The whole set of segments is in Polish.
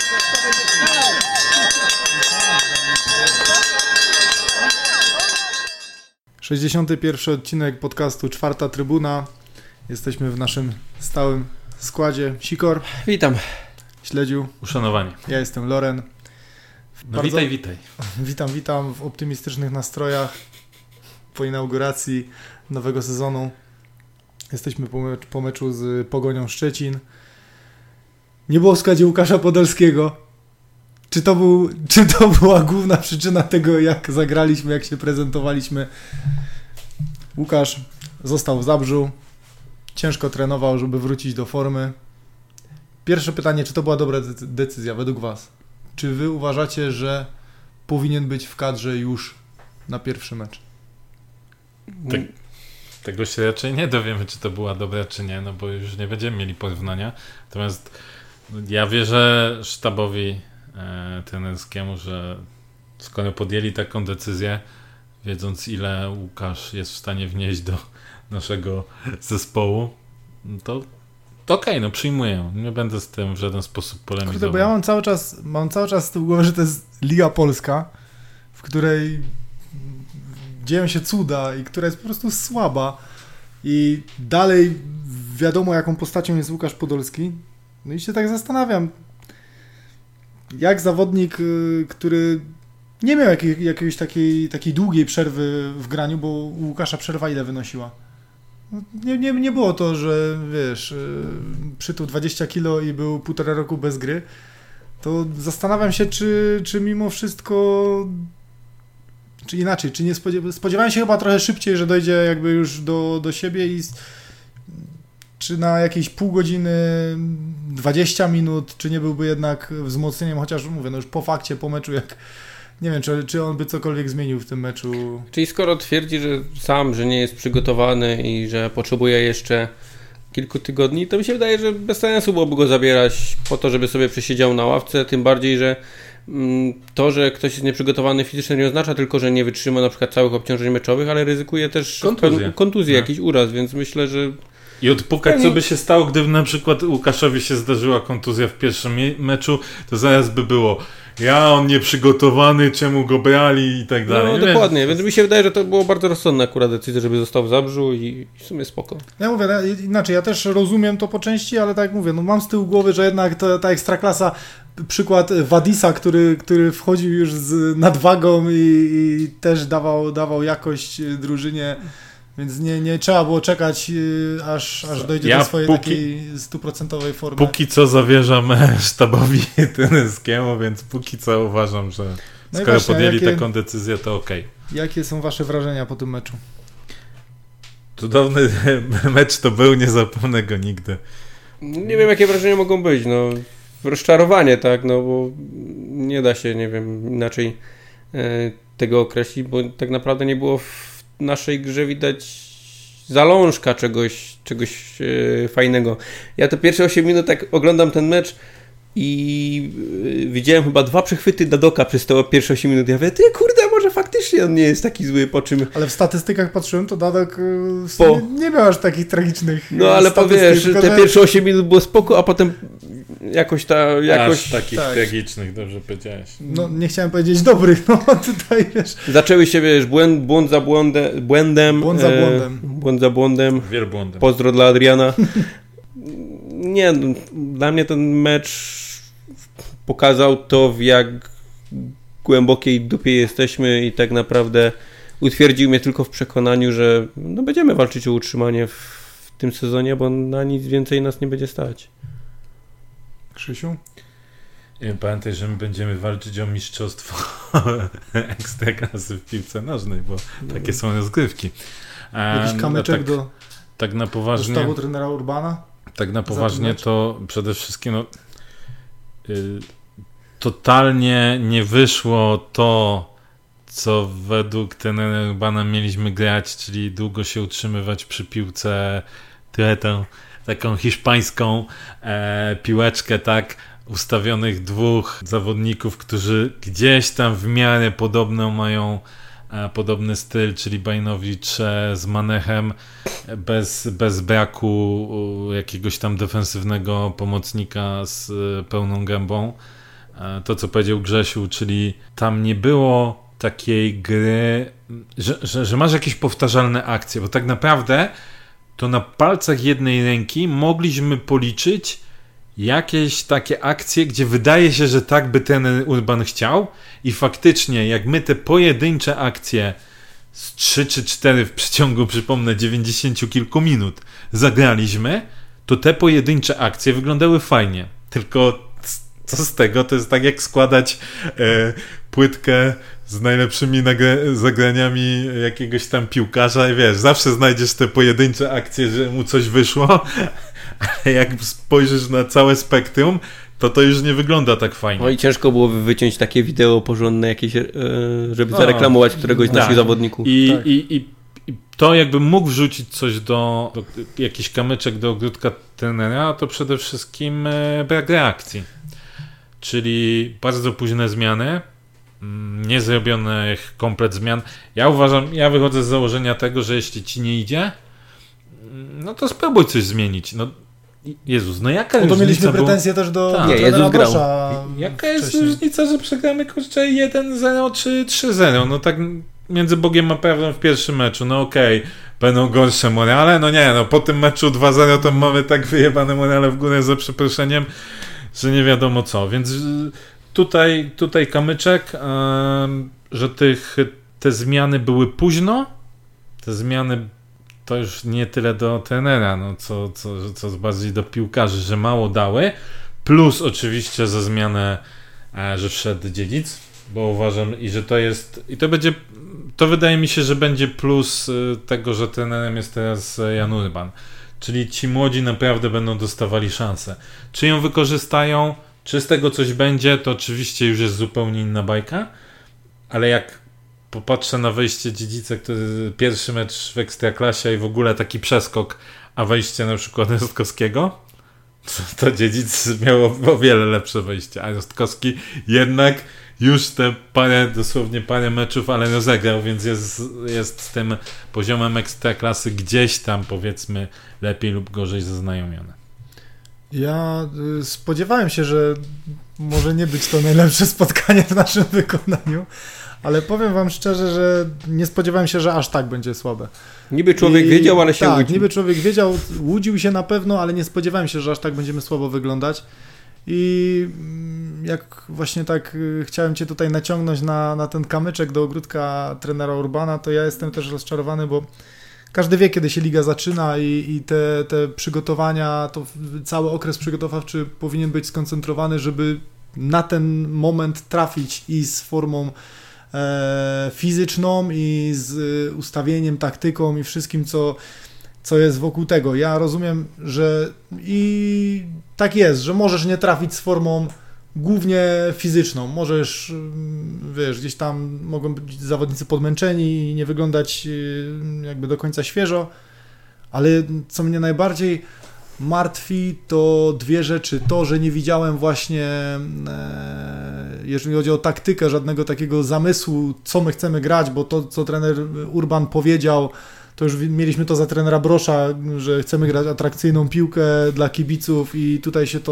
...61. odcinek podcastu Czwarta Trybuna. Jesteśmy w naszym stałym składzie. Sikor. Witam. Śledziu. Uszanowanie. Ja jestem Loren. No witaj. Witam w optymistycznych nastrojach po inauguracji nowego sezonu. Jesteśmy po meczu z Pogonią Szczecin. Nie było w składzie Łukasza Podolskiego. Czy to była główna przyczyna tego, jak zagraliśmy, jak się prezentowaliśmy? Łukasz został w Zabrzu. Ciężko trenował, żeby wrócić do formy. Pierwsze pytanie, czy to była dobra decyzja według Was? Czy Wy uważacie, że powinien być w kadrze już na pierwszy mecz? Tego się raczej nie dowiemy, czy to była dobra, czy nie, no bo już nie będziemy mieli porównania. Natomiast ja wierzę sztabowi trenerskiemu, że skoro podjęli taką decyzję, wiedząc ile Łukasz jest w stanie wnieść do naszego zespołu, to okej, no przyjmuję. Nie będę z tym w żaden sposób polemizował. Kurde, bo ja mam cały czas z tyłu głowy, że to jest Liga Polska, w której dzieją się cuda i która jest po prostu słaba i dalej wiadomo, jaką postacią jest Łukasz Podolski. No i się tak zastanawiam, jak zawodnik, który nie miał jakiejś takiej długiej przerwy w graniu, bo u Łukasza przerwa ile wynosiła? Nie było to, że wiesz, przytył 20 kilo i był 1,5 roku bez gry. To zastanawiam się, czy mimo wszystko, czy inaczej, czy nie spodziewałem się chyba trochę szybciej, że dojdzie jakby już do siebie i czy na jakieś pół godziny, 20 minut, czy nie byłby jednak wzmocnieniem, chociaż mówię, no już po fakcie, po meczu, jak nie wiem, czy on by cokolwiek zmienił w tym meczu. Czyli skoro twierdzi, że nie jest przygotowany i że potrzebuje jeszcze kilku tygodni, to mi się wydaje, że bez sensu byłoby go zabierać po to, żeby sobie przesiedział na ławce, tym bardziej, że to, że ktoś jest nieprzygotowany fizycznie, nie oznacza tylko, że nie wytrzyma na przykład całych obciążeń meczowych, ale ryzykuje też kontuzję, jakiś uraz, więc myślę, że i odpukać, co by się stało, gdyby na przykład Łukaszowi się zdarzyła kontuzja w pierwszym meczu, to zaraz by było on nieprzygotowany, czemu go brali i tak dalej. No dokładnie, więc mi się wydaje, że to było bardzo rozsądna akurat decyzja, żeby został w Zabrzu i w sumie spoko. Ja mówię, inaczej, ja też rozumiem to po części, ale tak jak mówię, no mam z tyłu głowy, że jednak ta Ekstraklasa, przykład Wadisa, który wchodził już z nadwagą i też dawał jakość drużynie. Więc nie trzeba było czekać, aż dojdzie do swojej takiej 100% formy. Póki co zawierzam sztabowi trenerskiemu, więc póki co uważam, że skoro podjęli taką decyzję, to okej. Jakie są wasze wrażenia po tym meczu? Cudowny mecz to był, nie zapomnę go nigdy. Nie wiem, jakie wrażenia mogą być, no rozczarowanie, tak, no bo nie da się, nie wiem, inaczej tego określić, bo tak naprawdę nie było w naszej grze widać zalążka czegoś fajnego. Ja te pierwsze 8 minut tak oglądam ten mecz i widziałem chyba 2 przechwyty Dadoka przez te pierwsze 8 minut. Ja mówię, może faktycznie on nie jest taki zły, po czym... Ale w statystykach patrzyłem, to Dadok nie miał aż takich tragicznych no ale powiesz, te pierwsze 8 minut było spoko, a potem jakoś aż takich tragicznych, dobrze powiedziałeś. No nie chciałem powiedzieć dobrych, no tutaj wiesz. Zaczęły się, wiesz, błąd za błędem. Błąd za błądem. Wielbłądem. Pozdro dla Adriana. Nie, no, dla mnie ten mecz pokazał to, w jak głębokiej dupie jesteśmy i tak naprawdę utwierdził mnie tylko w przekonaniu, że no, będziemy walczyć o utrzymanie w tym sezonie, bo na nic więcej nas nie będzie stać. Krzysiu? Pamiętaj, że my będziemy walczyć o mistrzostwo Ekstraklasy w piłce nożnej, bo takie są rozgrywki. Jakiś kamyczek tak na poważnie, do sztabu trenera Urbana? Tak na poważnie to przede wszystkim totalnie nie wyszło to, co według trenera Urbana mieliśmy grać, czyli długo się utrzymywać przy piłce, taką hiszpańską piłeczkę, tak, ustawionych 2 zawodników, którzy gdzieś tam w miarę mają podobny styl, czyli Bajnowicz z Manechem, bez braku jakiegoś tam defensywnego pomocnika z pełną gębą. to, co powiedział Grzesiu, czyli tam nie było takiej gry, że masz jakieś powtarzalne akcje, bo tak naprawdę to na palcach jednej ręki mogliśmy policzyć jakieś takie akcje, gdzie wydaje się, że tak by ten Urban chciał i faktycznie jak my te pojedyncze akcje z 3 czy 4 w przeciągu, przypomnę, 90 kilku minut zagraliśmy, to te pojedyncze akcje wyglądały fajnie. Tylko co z tego? To jest tak jak składać płytkę z najlepszymi zagraniami jakiegoś tam piłkarza i wiesz, zawsze znajdziesz te pojedyncze akcje, że mu coś wyszło, ale jak spojrzysz na całe spektrum, to już nie wygląda tak fajnie. No i ciężko było wyciąć takie wideo porządne jakieś, żeby zareklamować któregoś z naszych zawodników. I to jakbym mógł wrzucić coś do jakiś kamyczek do ogródka trenera, to przede wszystkim brak reakcji. Czyli bardzo późne zmiany, nie zrobionych komplet zmian. Ja wychodzę z założenia tego, że jeśli ci nie idzie, no to spróbuj coś zmienić. No Jezus, no jaka różnica? To mieliśmy pretensje też do trenera Brosza. Jaka jest różnica, że przegramy kurczę 1-0 czy 3-0? No tak między Bogiem a prawdą w pierwszym meczu, no okej, będą gorsze morale, no nie, no po tym meczu 2-0 to mamy tak wyjebane morale w górę za przeproszeniem, że nie wiadomo co, więc tutaj kamyczek, że te zmiany były późno, te zmiany to już nie tyle do trenera, no co bardziej do piłkarzy, że mało dały, plus oczywiście za zmianę, że wszedł Dziedzic, bo uważam i że to jest, i to wydaje mi się, że będzie plus tego, że trenerem jest teraz Jan Urban. Czyli ci młodzi naprawdę będą dostawali szansę. Czy ją wykorzystają, czy z tego coś będzie, to oczywiście już jest zupełnie inna bajka, ale jak popatrzę na wejście Dziedzica, który pierwszy mecz w Ekstraklasie i w ogóle taki przeskok, a wejście na przykład Rostkowskiego, to Dziedzic miał o wiele lepsze wejście, a Rostkowski jednak już te dosłownie parę meczów, ale rozegrał, więc jest z tym poziomem Ekstraklasy gdzieś tam, powiedzmy, lepiej lub gorzej zaznajomiony. Ja spodziewałem się, że może nie być to najlepsze spotkanie w naszym wykonaniu, ale powiem wam szczerze, że nie spodziewałem się, że aż tak będzie słabe. Niby człowiek wiedział, ale się łudził. Tak, niby człowiek wiedział, łudził się na pewno, ale nie spodziewałem się, że aż tak będziemy słabo wyglądać. I jak właśnie tak chciałem cię tutaj naciągnąć na ten kamyczek do ogródka trenera Urbana, to ja jestem też rozczarowany, bo każdy wie, kiedy się liga zaczyna i te przygotowania, to cały okres przygotowawczy powinien być skoncentrowany, żeby na ten moment trafić i z formą fizyczną i z ustawieniem, taktyką i wszystkim, co jest wokół tego. Ja rozumiem, że i tak jest, że możesz nie trafić z formą głównie fizyczną. Możesz, wiesz, gdzieś tam mogą być zawodnicy podmęczeni i nie wyglądać jakby do końca świeżo, ale co mnie najbardziej martwi, to dwie rzeczy. To, że nie widziałem właśnie, jeżeli chodzi o taktykę, żadnego takiego zamysłu, co my chcemy grać, bo to, co trener Urban powiedział, to już mieliśmy to za trenera Brosza, że chcemy grać atrakcyjną piłkę dla kibiców i tutaj się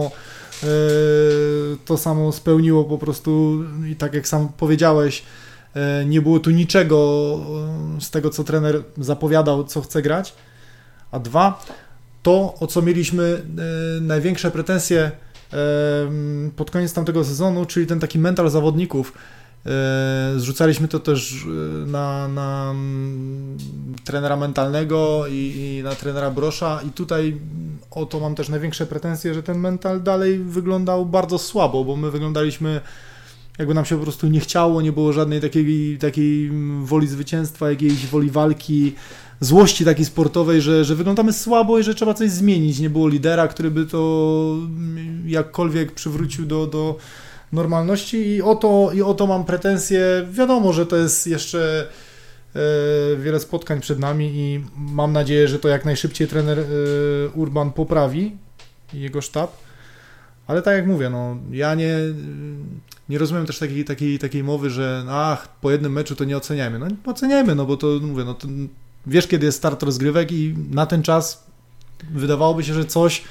to samo spełniło po prostu i tak jak sam powiedziałeś, nie było tu niczego z tego, co trener zapowiadał, co chce grać. A dwa, to, o co mieliśmy największe pretensje pod koniec tamtego sezonu, czyli ten taki mental zawodników. Zrzucaliśmy to też na trenera mentalnego i na trenera Brosza i tutaj o to mam też największe pretensje, że ten mental dalej wyglądał bardzo słabo, bo my wyglądaliśmy jakby nam się po prostu nie chciało, nie było żadnej takiej woli zwycięstwa, jakiejś woli walki, złości takiej sportowej, że wyglądamy słabo i że trzeba coś zmienić. Nie było lidera, który by to jakkolwiek przywrócił do normalności i o to mam pretensje. Wiadomo, że to jest jeszcze wiele spotkań przed nami i mam nadzieję, że to jak najszybciej trener Urban poprawi i jego sztab. Ale tak jak mówię, no, ja nie rozumiem też takiej mowy, że po jednym meczu to nie oceniajmy. No oceniajmy, no bo to mówię, no to wiesz, kiedy jest start rozgrywek i na ten czas wydawałoby się, że coś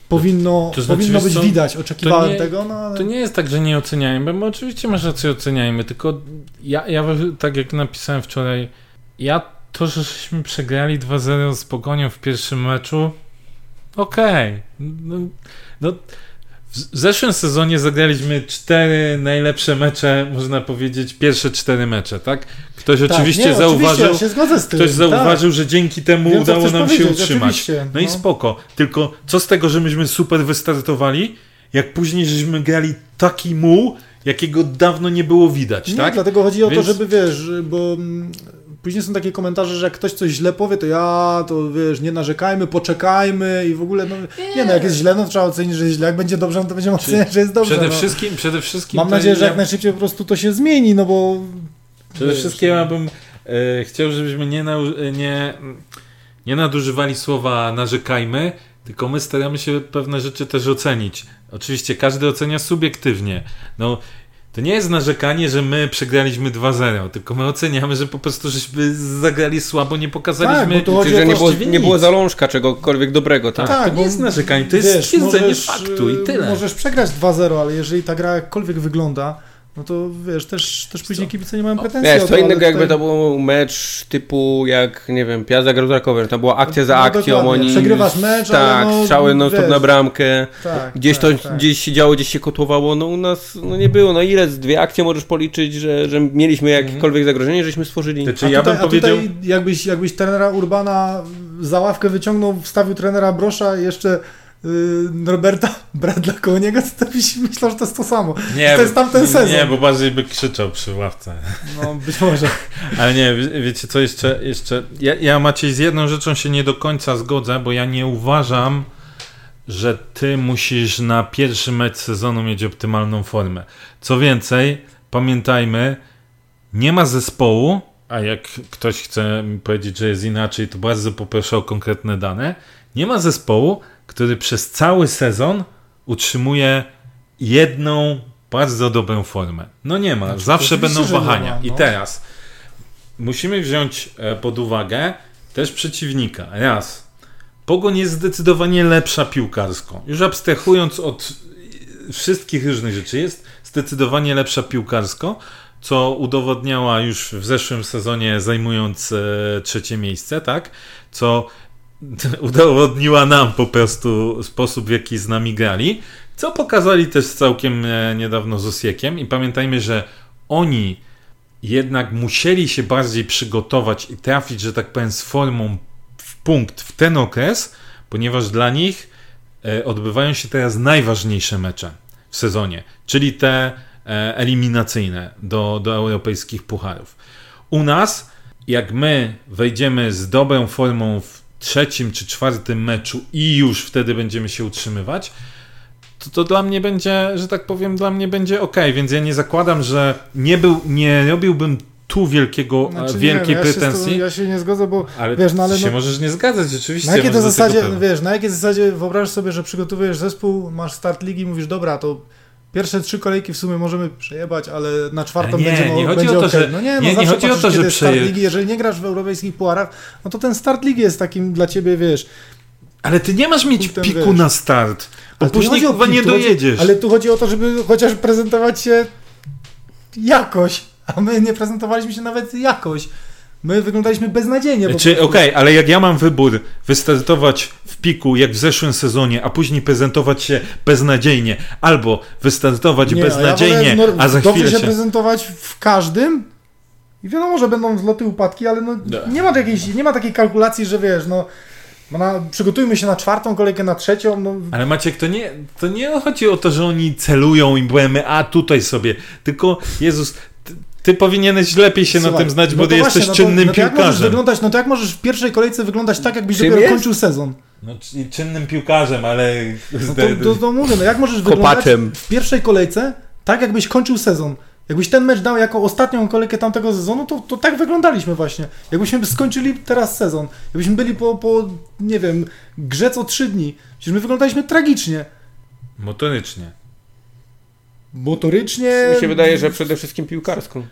powinno być widać. Oczekiwałem tego. No, ale... To nie jest tak, że nie oceniajmy, bo my oczywiście masz rację, oceniajmy, tylko ja tak jak napisałem wczoraj, to, żeśmy przegrali 2-0 z Pogonią w pierwszym meczu, okej. No, w zeszłym sezonie zagraliśmy 4 najlepsze mecze, można powiedzieć, pierwsze 4 mecze, tak? Ktoś oczywiście zauważył, ja się zgodzę z tym. Ktoś zauważył, że dzięki temu udało nam się utrzymać. No i spoko. Tylko co z tego, że myśmy super wystartowali, jak później żeśmy grali taki muł, jakiego dawno nie było widać, nie, tak? Dlatego chodzi o to, żeby bo później są takie komentarze, że jak ktoś coś źle powie, to nie narzekajmy, poczekajmy i w ogóle, jak jest źle, to trzeba ocenić, że jest źle, jak będzie dobrze, to będziemy oceniać, że jest dobrze. Przede wszystkim mam nadzieję, że jak najszybciej po prostu to się zmieni, no bo... Przede wszystkim ja bym chciał, żebyśmy nie nadużywali słowa narzekajmy, tylko my staramy się pewne rzeczy też ocenić. Oczywiście każdy ocenia subiektywnie. No, to nie jest narzekanie, że my przegraliśmy 2-0, tylko my oceniamy, że po prostu żeśmy zagrali słabo, nie pokazaliśmy... Tak, bo że nie było zalążka czegokolwiek dobrego. Tak, to nie jest narzekanie, to jest stwierdzenie faktu i tyle. Możesz przegrać 2-0, ale jeżeli ta gra jakkolwiek wygląda, no to też później kibice nie mają pretensji o to. Co innego jakby to był mecz typu jak, nie wiem, Piast zagrał z Rakowem, to była akcja za akcją, oni... Przegrywasz mecz, ale strzały non-stop na bramkę, gdzieś się działo, gdzieś się kotłowało, no u nas nie było, ile z 2 akcje możesz policzyć, że mieliśmy jakiekolwiek zagrożenie, żeśmy stworzyli. Tutaj jakbyś trenera Urbana za ławkę wyciągnął, wstawił trenera Brosza i jeszcze Roberta Bradla koło niego, to byś myślał, że to jest to samo. To jest tamten sezon. Nie, bo bardziej by krzyczał przy ławce. No, być może. Ale nie, wiecie co, jeszcze ja Maciej, z jedną rzeczą się nie do końca zgodzę, bo ja nie uważam, że ty musisz na pierwszy mecz sezonu mieć optymalną formę. Co więcej, pamiętajmy, nie ma zespołu, a jak ktoś chce mi powiedzieć, że jest inaczej, to bardzo poproszę o konkretne dane, nie ma zespołu, który przez cały sezon utrzymuje jedną bardzo dobrą formę. No nie ma. Zawsze będą wahania. I teraz musimy wziąć pod uwagę też przeciwnika. Raz. Pogoń jest zdecydowanie lepsza piłkarsko. Już abstrahując od wszystkich różnych rzeczy, jest zdecydowanie lepsza piłkarsko, co udowodniała już w zeszłym sezonie, zajmując 3. miejsce, tak? Co udowodniła nam po prostu sposób, w jaki z nami grali, co pokazali też całkiem niedawno z Osiekiem i pamiętajmy, że oni jednak musieli się bardziej przygotować i trafić, że tak powiem, z formą w punkt w ten okres, ponieważ dla nich odbywają się teraz najważniejsze mecze w sezonie, czyli te eliminacyjne do europejskich pucharów. U nas, jak my wejdziemy z dobrą formą w 3. czy 4. meczu i już wtedy będziemy się utrzymywać, to dla mnie będzie, że tak powiem, będzie okej, więc ja nie zakładam, że nie robiłbym tu wielkiej pretensji. Ja się nie zgodzę, bo ale wiesz, się możesz nie zgadzać, rzeczywiście. Na jakiej zasadzie wyobrażasz sobie, że przygotowujesz zespół, masz start ligi, mówisz, dobra, to pierwsze 3 kolejki w sumie możemy przejebać, ale na 4. nie chodzi o to, że nie chodzi o to, że start ligi, jeżeli nie grasz w europejskich pucharach, no to ten start ligi jest takim dla ciebie, wiesz. Ale ty nie masz mieć piku na start, bo później chyba nie dojedziesz. Ale tu chodzi o to, żeby chociaż prezentować się jakoś, a my nie prezentowaliśmy się nawet jakoś. My wyglądaliśmy beznadziejnie. Okej, ale jak ja mam wybór wystartować w piku jak w zeszłym sezonie, a później prezentować się beznadziejnie, albo wystartować beznadziejnie, a za chwilę się prezentować w każdym i wiadomo, że będą wzloty, upadki, ale nie ma takiej kalkulacji, że wiesz, przygotujmy się na 4. kolejkę, na 3. Ale Maciek, to nie chodzi o to, że oni celują i byemy, tutaj sobie, tylko Jezus... Ty powinieneś lepiej się na tym znać, bo ty jesteś czynnym piłkarzem. Jak możesz w pierwszej kolejce wyglądać tak, jakbyś dopiero kończył sezon? Czynnym piłkarzem, ale... To mówię, jak możesz wyglądać w pierwszej kolejce tak, jakbyś kończył sezon? Jakbyś ten mecz dał jako ostatnią kolejkę tamtego sezonu, to tak wyglądaliśmy właśnie. Jakbyśmy skończyli teraz sezon. Jakbyśmy byli po nie wiem, grze co 3 dni. Przecież my wyglądaliśmy tragicznie. Mi się wydaje, że przede wszystkim piłkarską.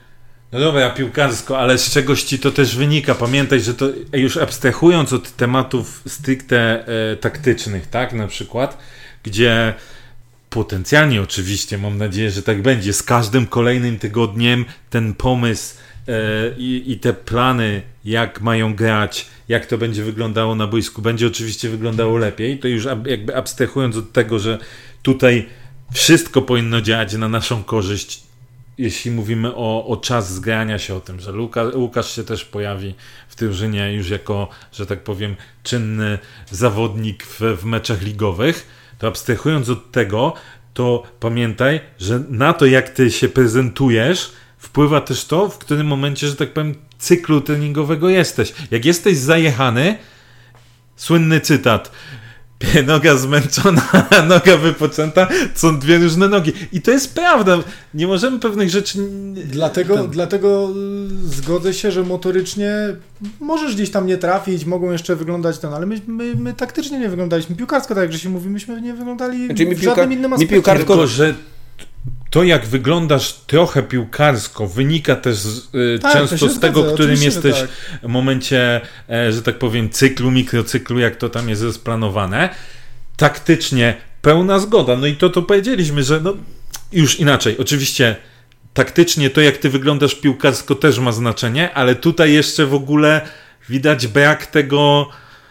No dobra, piłkarsko, ale z czegoś ci to też wynika. Pamiętaj, że to już abstrahując od tematów stricte taktycznych, tak, na przykład, gdzie potencjalnie oczywiście, mam nadzieję, że tak będzie, z każdym kolejnym tygodniem ten pomysł i te plany, jak mają grać, jak to będzie wyglądało na boisku, będzie oczywiście wyglądało lepiej. To już jakby abstrahując od tego, że tutaj wszystko powinno działać na naszą korzyść, jeśli mówimy o czas zgrania się o tym, że Łukasz się też pojawi w drużynie już jako, że tak powiem, czynny zawodnik w meczach ligowych, to abstrahując od tego, to pamiętaj, że na to, jak ty się prezentujesz, wpływa też to, w którym momencie, że tak powiem, cyklu treningowego jesteś. Jak jesteś zajechany, słynny cytat, noga zmęczona, noga wypoczęta, są dwie różne nogi. I to jest prawda. Nie możemy pewnych rzeczy... Dlatego zgodzę się, że motorycznie możesz gdzieś tam nie trafić, mogą jeszcze wyglądać ale my taktycznie nie wyglądaliśmy. Piłkarsko, tak jak że się mówi, myśmy nie wyglądali w żadnym innym aspekcie. Tylko, że to, jak wyglądasz trochę piłkarsko, wynika też często z tego, którym jesteś w momencie, że tak powiem, cyklu, mikrocyklu, jak to tam jest rozplanowane. Taktycznie pełna zgoda. No i to powiedzieliśmy, że no już inaczej. Oczywiście taktycznie to, jak ty wyglądasz piłkarsko, też ma znaczenie, ale tutaj jeszcze w ogóle widać brak tego,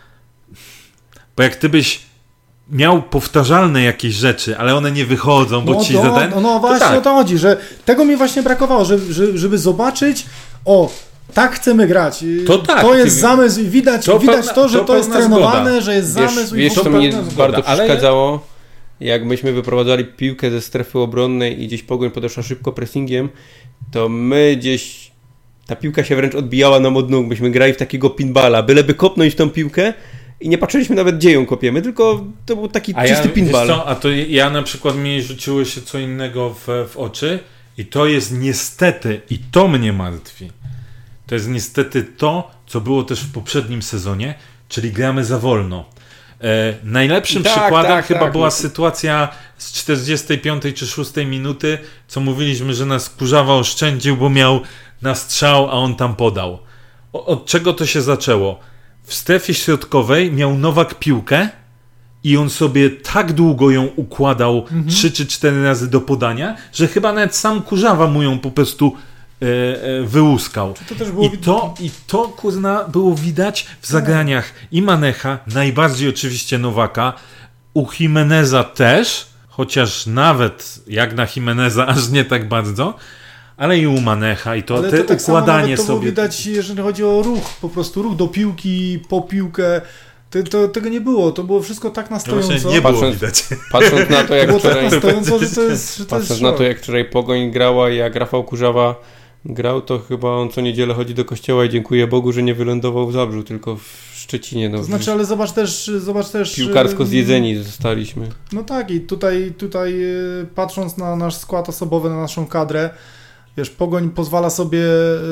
bo jak ty byś miał powtarzalne jakieś rzeczy, ale one nie wychodzą, bo ci zaden... No właśnie tak. O to chodzi, że tego mi właśnie brakowało, żeby zobaczyć, tak chcemy grać. To jest zamysł, widać to, że to jest trenowane, zgoda. Że jest zamysł. Wiesz, co mnie bardzo przeszkadzało? Jak myśmy wyprowadzali piłkę ze strefy obronnej i gdzieś Pogoń podeszła szybko pressingiem, to my gdzieś, ta piłka się wręcz odbijała nam od nóg, byśmy grali w takiego pinballa, byleby kopnąć tą piłkę, i nie patrzyliśmy nawet, gdzie ją kopiemy, tylko to był taki czysty pinball. A to ja na przykład mi rzuciło się co innego w oczy i to jest niestety, i to mnie martwi, to jest niestety to, co było też w poprzednim sezonie, czyli gramy za wolno. Najlepszym przykładem chyba była sytuacja z 45 czy 6 minuty, co mówiliśmy, że nas Kurzawa oszczędził, bo miał na strzał, a on tam podał. Od czego to się zaczęło? W strefie środkowej miał Nowak piłkę i on sobie tak długo ją układał 3 czy 4 razy do podania, że chyba nawet sam Kurzawa mu ją po prostu wyłuskał. I to kurna było widać w zagraniach i Manecha, najbardziej oczywiście Nowaka, u Jimeneza też, chociaż nawet jak na Jimeneza aż nie tak bardzo, ale i u Manecha i to te tak układanie to sobie. To widać, jeżeli chodzi o ruch, po prostu ruch do piłki, po piłkę. Tego nie było, to było wszystko tak na stojąco. No nie było widać. Patrząc na to, jak wczoraj, patrząc na to, jak wczoraj Pogoń grała i jak Rafał Kurzawa grał, to chyba on co niedzielę chodzi do kościoła i dziękuję Bogu, że nie wylądował w Zabrzu, tylko w Szczecinie. No, to znaczy, ale zobacz też... Piłkarsko zjedzeni zostaliśmy. No tak, i tutaj patrząc na nasz skład osobowy, na naszą kadrę, wiesz, Pogoń pozwala sobie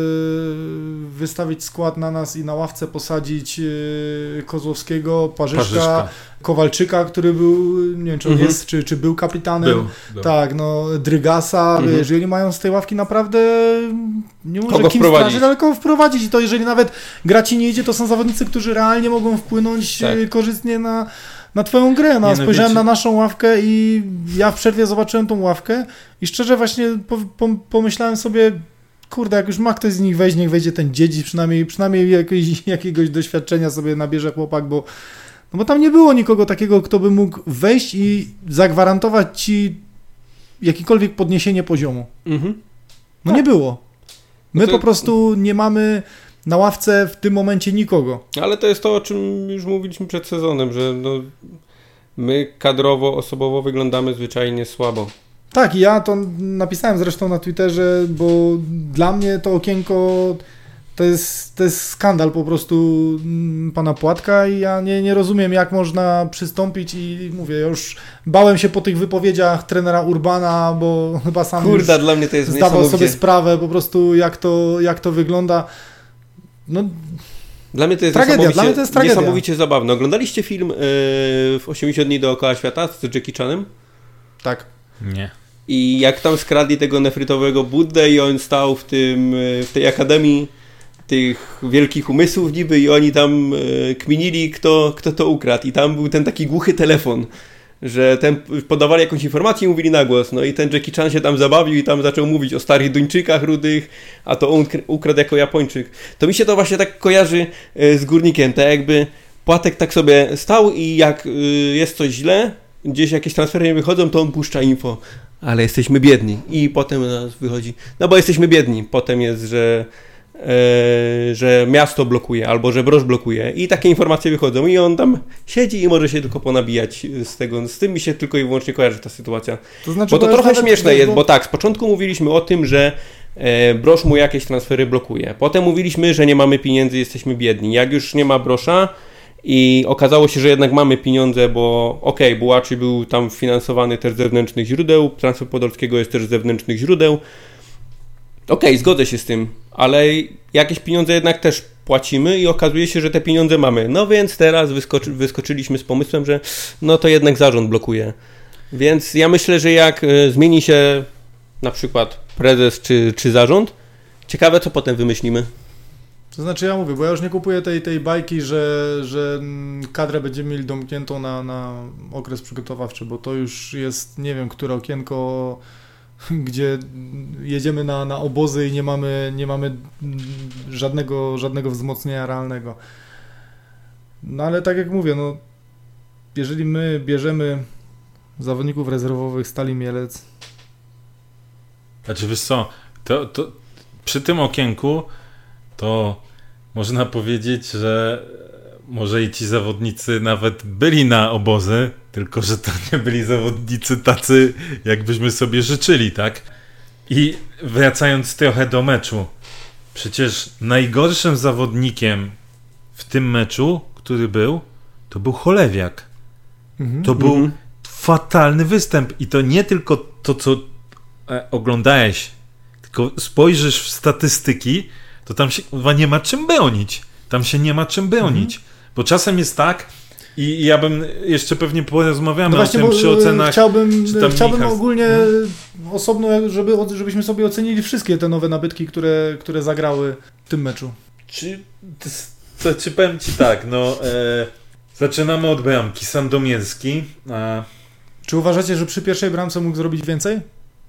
wystawić skład na nas i na ławce posadzić Kozłowskiego, Parzyszka, Kowalczyka, który był, nie wiem, czy on jest, czy był kapitanem. Był. Tak, no, Drygasa, jeżeli mają z tej ławki naprawdę, nie może kogo kim straszyć, ale kogo wprowadzić. I to jeżeli nawet gra ci nie idzie, to są zawodnicy, którzy realnie mogą wpłynąć korzystnie na twoją grę. Spojrzałem na naszą ławkę i ja w przerwie zobaczyłem tą ławkę i szczerze właśnie pomyślałem sobie, kurde, jak już ma ktoś z nich wejść, niech wejdzie ten dziedzic, przynajmniej jakiegoś doświadczenia sobie nabierze chłopak, bo tam nie było nikogo takiego, kto by mógł wejść i zagwarantować ci jakiekolwiek podniesienie poziomu. No nie było. My po prostu nie mamy na ławce w tym momencie nikogo. Ale to jest to, o czym już mówiliśmy przed sezonem, że my kadrowo, osobowo wyglądamy zwyczajnie słabo. Tak, i ja to napisałem zresztą na Twitterze, bo dla mnie to okienko to jest skandal po prostu pana Płatka i ja nie rozumiem, jak można przystąpić i mówię, już bałem się po tych wypowiedziach trenera Urbana, bo chyba sam dla mnie to jest zdawał sobie sprawę po prostu, jak to wygląda. No, dla mnie to jest niesamowicie zabawne. Oglądaliście film w 80 dni dookoła świata z Jackie Chanem? Tak. Nie. i jak tam skradli tego nefrytowego Buddę i on stał w tej akademii tych wielkich umysłów niby i oni tam kminili, kto to ukradł. I tam był ten taki głuchy telefon, że podawali jakąś informację i mówili na głos. No i ten Jackie Chan się tam zabawił i tam zaczął mówić o starych Duńczykach rudych, a to on ukradł jako Japończyk. To mi się to właśnie tak kojarzy z Górnikiem, tak jakby Płatek tak sobie stał i jak jest coś źle, gdzieś jakieś transfery nie wychodzą, to on puszcza info. Ale jesteśmy biedni. I potem nas wychodzi, no bo jesteśmy biedni. Potem jest, że miasto blokuje, albo że Brosz blokuje i takie informacje wychodzą i on tam siedzi i może się tylko ponabijać z tego. Z tym mi się tylko i wyłącznie kojarzy ta sytuacja. To znaczy, bo to trochę śmieszne jest, bo tak, z początku mówiliśmy o tym, że Brosz mu jakieś transfery blokuje. Potem mówiliśmy, że nie mamy pieniędzy, jesteśmy biedni. Jak już nie ma Brosza i okazało się, że jednak mamy pieniądze, bo Bułaczy był tam finansowany też z zewnętrznych źródeł, transfer Podolskiego jest też z zewnętrznych źródeł. Zgodzę się z tym, ale jakieś pieniądze jednak też płacimy i okazuje się, że te pieniądze mamy. No więc teraz wyskoczyliśmy z pomysłem, że no to jednak zarząd blokuje. Więc ja myślę, że jak zmieni się na przykład prezes czy zarząd, ciekawe co potem wymyślimy. To znaczy ja mówię, bo ja już nie kupuję tej bajki, że kadrę będziemy mieli domkniętą na okres przygotowawczy, bo to już jest, nie wiem, które okienko, gdzie jedziemy na obozy i nie mamy żadnego wzmocnienia realnego. No ale tak jak mówię, no jeżeli my bierzemy zawodników rezerwowych Stali Mielec. Znaczy wiesz co, to przy tym okienku to można powiedzieć, że może i ci zawodnicy nawet byli na obozy, tylko że to nie byli zawodnicy tacy, jakbyśmy sobie życzyli, tak? I wracając trochę do meczu, przecież najgorszym zawodnikiem w tym meczu, który był, to był Cholewiak. To był fatalny występ i to nie tylko to, co oglądałeś, tylko spojrzysz w statystyki, to tam się nie ma czym bronić. Tam się nie ma czym bronić. Bo czasem jest tak, i ja bym jeszcze pewnie porozmawiamy o tym przy ocenach. Chciałbym ogólnie osobno, żebyśmy sobie ocenili wszystkie te nowe nabytki, które zagrały w tym meczu. Czy powiem ci tak, zaczynamy od bramki. Sandomierski. Czy uważacie, że przy pierwszej bramce mógł zrobić więcej?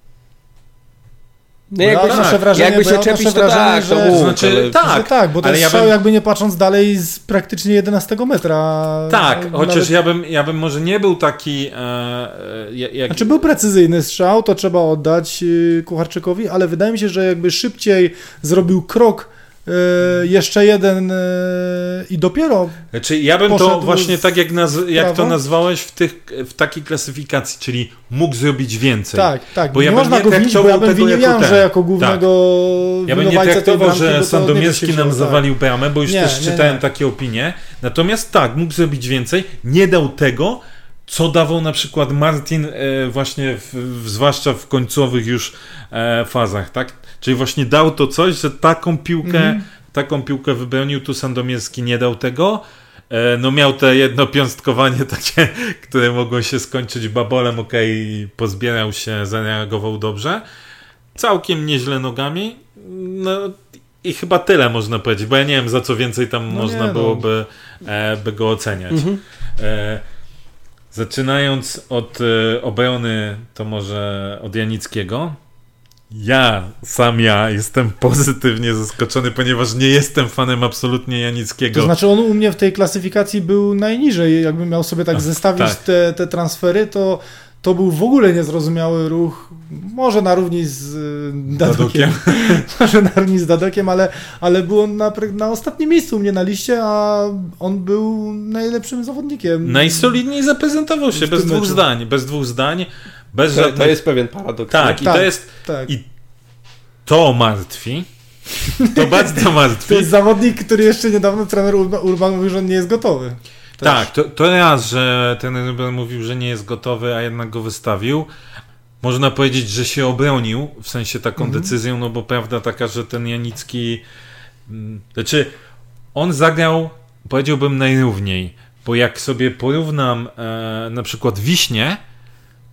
No jakby się czepić, to tak, że, to znaczy, tak, bo to jest strzał jakby nie patrząc dalej z praktycznie 11 metra. Tak, chociaż ja bym może nie był taki... Znaczy był precyzyjny strzał, to trzeba oddać Kucharczykowi, ale wydaje mi się, że jakby szybciej zrobił krok jeszcze jeden i dopiero. Znaczy ja bym to właśnie tak jak to nazwałeś w takiej klasyfikacji, czyli mógł zrobić więcej. Tak. Bo ja można go winić, bo ja bym winił że jako głównego ja bym nie traktował, że Sandomierski nam zawalił bramę, bo już też czytałem takie opinie. Natomiast tak, mógł zrobić więcej, nie dał tego, co dawał na przykład Martin właśnie zwłaszcza w końcowych już fazach, tak? Czyli właśnie dał to coś, że taką piłkę wybronił, tu Sandomierski nie dał tego. No miał te jedno piąstkowanie takie, które mogło się skończyć babolem, pozbierał się, zareagował dobrze. Całkiem nieźle nogami. No i chyba tyle można powiedzieć, bo ja nie wiem za co więcej tam można byłoby by go oceniać. Zaczynając od obrony, to może od Janickiego. Ja jestem pozytywnie zaskoczony, ponieważ nie jestem fanem absolutnie Janickiego. To znaczy on u mnie w tej klasyfikacji był najniżej. Jakbym miał sobie tak zestawić te transfery, to był w ogóle niezrozumiały ruch. Może na równi z Dadokiem. Może na równi z Dadokiem, ale był on na ostatnim miejscu u mnie na liście, a on był najlepszym zawodnikiem. Najsolidniej zaprezentował się, bez dwóch zdań. To jest pewien paradoks. Tak, i to jest... Tak. I to martwi. To bardzo martwi. To jest zawodnik, który jeszcze niedawno trener Urban mówił, że on nie jest gotowy. Tak, to raz, że trener Urban mówił, że nie jest gotowy, a jednak go wystawił. Można powiedzieć, że się obronił, w sensie taką decyzją, no bo prawda taka, że ten Janicki... Znaczy, on zagrał, powiedziałbym, najrówniej. Bo jak sobie porównam na przykład Wiśnię,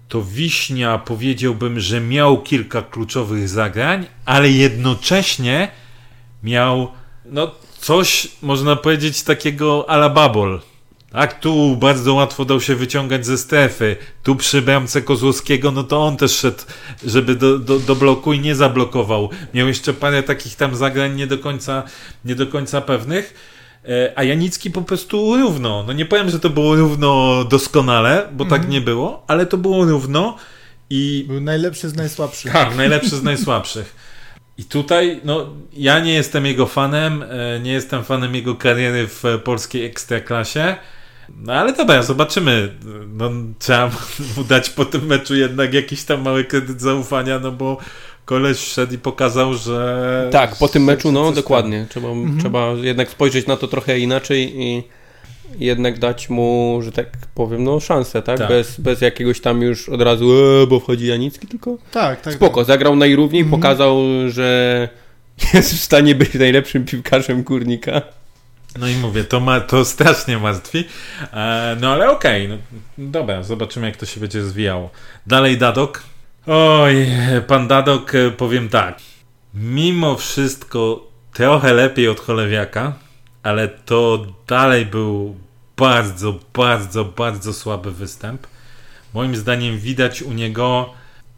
to Wiśnia powiedziałbym, że miał kilka kluczowych zagrań, ale jednocześnie miał coś, można powiedzieć, takiego a la Babol. Tak, tu bardzo łatwo dał się wyciągać ze strefy. Tu przy bramce Kozłowskiego, no to on też szedł, żeby do bloku i nie zablokował. Miał jeszcze parę takich tam zagrań nie do końca pewnych. A Janicki po prostu równo. No nie powiem, że to było równo doskonale, bo tak nie było, ale to było równo i... Był najlepszy z najsłabszych. Tak, najlepszy z najsłabszych. I tutaj, ja nie jestem jego fanem, nie jestem fanem jego kariery w polskiej ekstraklasie, ale dobra, zobaczymy. Trzeba mu dać po tym meczu jednak jakiś tam mały kredyt zaufania, bo koleś wszedł i pokazał, że... Tak, po tym meczu, dokładnie. Trzeba jednak spojrzeć na to trochę inaczej i jednak dać mu, że tak powiem, szansę, tak? Bez jakiegoś tam już od razu, bo wchodzi Janicki, tylko tak, spoko, zagrał najrówniej, pokazał, że jest w stanie być najlepszym piłkarzem Górnika. No i mówię, to strasznie martwi, ale okej, dobra, zobaczymy jak to się będzie zwijało. Dalej Dadok. Oj, pan Dadok, powiem tak, mimo wszystko trochę lepiej od Cholewiaka, ale to dalej był bardzo, bardzo, bardzo słaby występ. Moim zdaniem widać u niego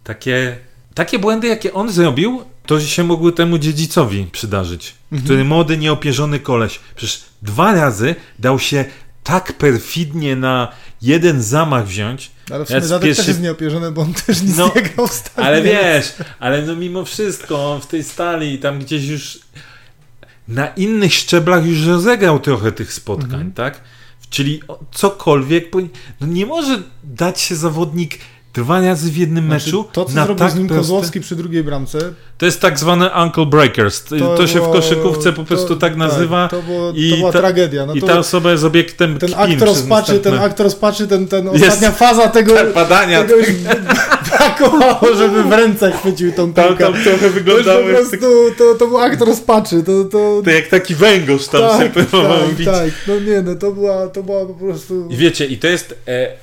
takie błędy, jakie on zrobił, to się mogły temu dziedzicowi przydarzyć. Który młody, nieopierzony koleś. Przecież 2 razy dał się tak perfidnie na jeden zamach wziąć. Ale w sumie Zadek też jest nieopierzony, bo on też nic nie grał w Stali. Ale wiesz, mimo wszystko on w tej Stali tam gdzieś już na innych szczeblach już rozegrał trochę tych spotkań, tak? Czyli cokolwiek, nie może dać się zawodnik 2 razy w jednym meczu. To, co zrobił z nim Kozłowski przy drugiej bramce. To jest tak zwane ankle breakers. To się w koszykówce po prostu tak nazywa. To była tragedia. I ta osoba jest obiektem ten akt rozpaczy, ten ostatnia faza tego padania. Tego już brakowało, żeby w ręce chwycił tą piłkę. Tam trochę wyglądało. To był akt rozpaczy. To jak taki węgorz tam się próbował bić. Tak, to była po prostu... I wiecie, i to jest...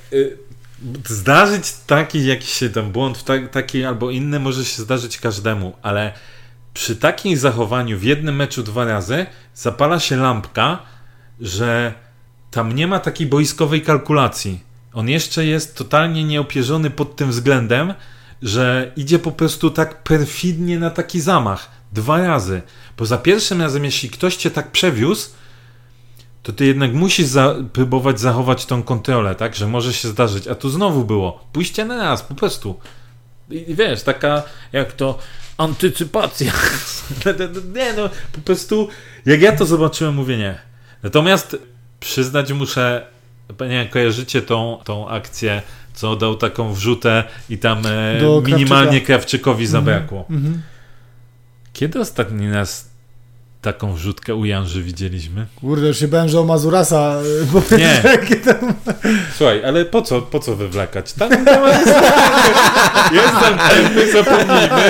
zdarzyć taki jakiś się tam błąd, taki albo inny może się zdarzyć każdemu, ale przy takim zachowaniu w jednym meczu 2 razy zapala się lampka, że tam nie ma takiej boiskowej kalkulacji. On jeszcze jest totalnie nieopierzony pod tym względem, że idzie po prostu tak perfidnie na taki zamach 2 razy. Bo za pierwszym razem, jeśli ktoś cię tak przewiózł, to ty jednak musisz próbować zachować tą kontrolę, tak, że może się zdarzyć. A tu znowu było pójście na raz, po prostu. I wiesz, taka jak to antycypacja. Nie, po prostu jak ja to zobaczyłem, mówię nie. Natomiast przyznać muszę, nie kojarzycie tą akcję, co dał taką wrzutę i tam minimalnie Krawczykowi zabrakło. Kiedy ostatni raz taką wrzutkę u Janży widzieliśmy? Kurde, już się bałem, że o Mazurasa. Nie. Słuchaj, ale po co wywlekać? Tam jest tam tempy, zapomnijmy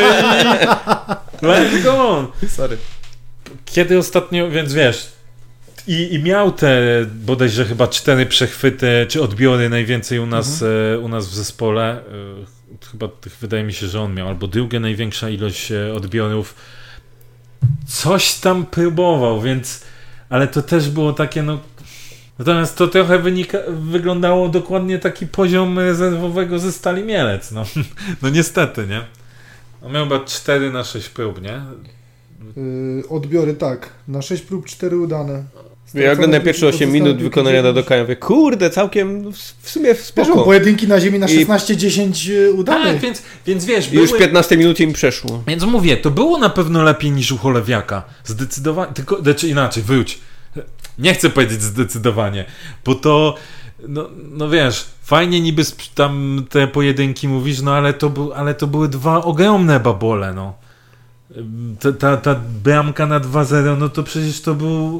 i let's go on. Sorry. Kiedy ostatnio, więc wiesz, i miał te bodajże chyba 4 przechwyty, czy odbiory najwięcej u nas w zespole. Chyba wydaje mi się, że on miał, albo druga największa ilość odbiorów. Coś tam próbował, więc... Ale to też było takie, Natomiast to trochę wyglądało dokładnie taki poziom rezerwowego ze Stali Mielec, No niestety, nie? On miał chyba 4 na 6 prób, nie? Odbiory, tak. Na 6 prób 4 udane. Ja oglądam pierwsze 8 minut wykonania Dadoka, ja mówię, kurde, całkiem w sumie spoko. Wiesz, pojedynki na ziemi na 16-10 udane. Tak, więc wiesz... Już w 15 minucie mi przeszło. Więc mówię, to było na pewno lepiej niż u Cholewiaka. Zdecydowanie, tylko inaczej, wróć. Nie chcę powiedzieć zdecydowanie, bo to... No wiesz, fajnie niby tam te pojedynki mówisz, ale to były 2 ogromne babole, Ta bramka na 2-0, to przecież to był...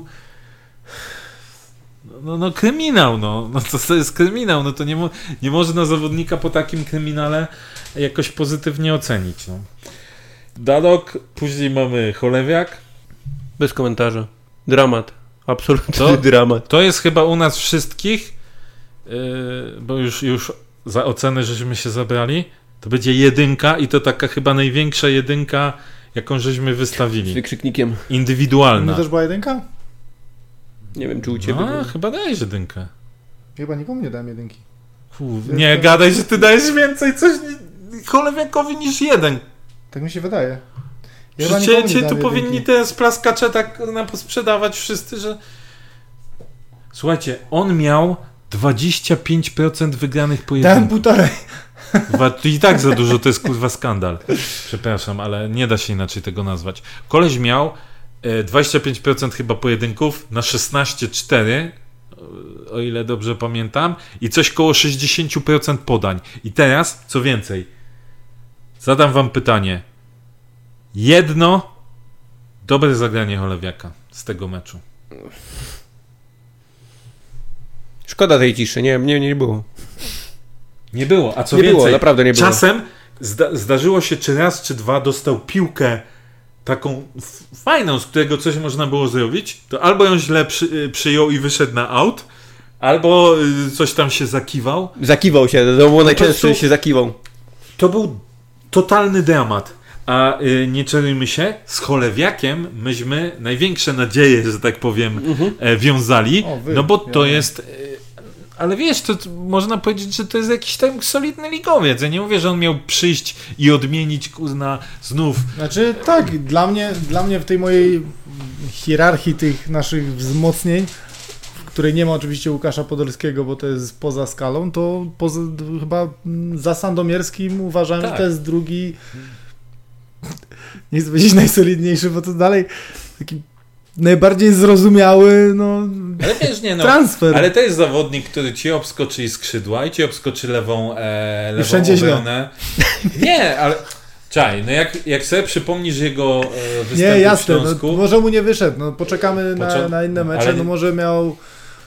kryminał, to jest kryminał, to nie można zawodnika po takim kryminale jakoś pozytywnie ocenić, Dadok, później mamy Cholewiak. Bez komentarza. Dramat. Absolutny dramat. To jest chyba u nas wszystkich, bo już za ocenę, żeśmy się zabrali, to będzie 1 i to taka chyba największa 1, jaką żeśmy wystawili. Z wykrzyknikiem. Indywidualna. To też była 1? Nie wiem, czy u ciebie było. Chyba dajesz 1. Chyba nikomu nie dałem 1. Nie, gadaj, że ty dajesz więcej coś Cholewiakowi niż 1. Tak mi się wydaje. Przecież cię tu powinni te splaskacze tak sprzedawać wszyscy, że... Słuchajcie, on miał 25% wygranych pojedynków. Dałem 1,5. To i tak za dużo, to jest kurwa skandal. Przepraszam, ale nie da się inaczej tego nazwać. Koleś miał 25% chyba pojedynków na 16-4, o ile dobrze pamiętam, i coś koło 60% podań. I teraz, co więcej, zadam wam pytanie. Jedno dobre zagranie Cholewiaka z tego meczu. Szkoda tej ciszy, nie było. Nie było, a co nie więcej, było, naprawdę nie było. Czasem zdarzyło się czy raz, czy dwa, dostał piłkę taką fajną, z którego coś można było zrobić, to albo ją źle przyjął i wyszedł na out, albo coś tam się zakiwał. Zakiwał się, to było najczęściej się zakiwał. To był totalny dramat. A nie czarujmy się, z Cholewiakiem myśmy największe nadzieje, że tak powiem, wiązali, no bo to jest... Ale wiesz, to można powiedzieć, że to jest jakiś tam solidny ligowiec. Ja nie mówię, że on miał przyjść i odmienić znów. Znaczy tak, dla mnie w tej mojej hierarchii tych naszych wzmocnień, w której nie ma oczywiście Łukasza Podolskiego, bo to jest poza skalą, to chyba za Sandomierskim uważam, że to jest drugi, nie chcę powiedzieć najsolidniejszy, bo to dalej taki najbardziej zrozumiały ale wiesz, transfer. Ale to jest zawodnik, który ci obskoczy i skrzydła i ci obskoczy lewą obronę. Nie, ale czaj, jak sobie przypomnisz jego występy nie, jasne, w Śląsku... może mu nie wyszedł, poczekamy na inne mecze, ale... może miał...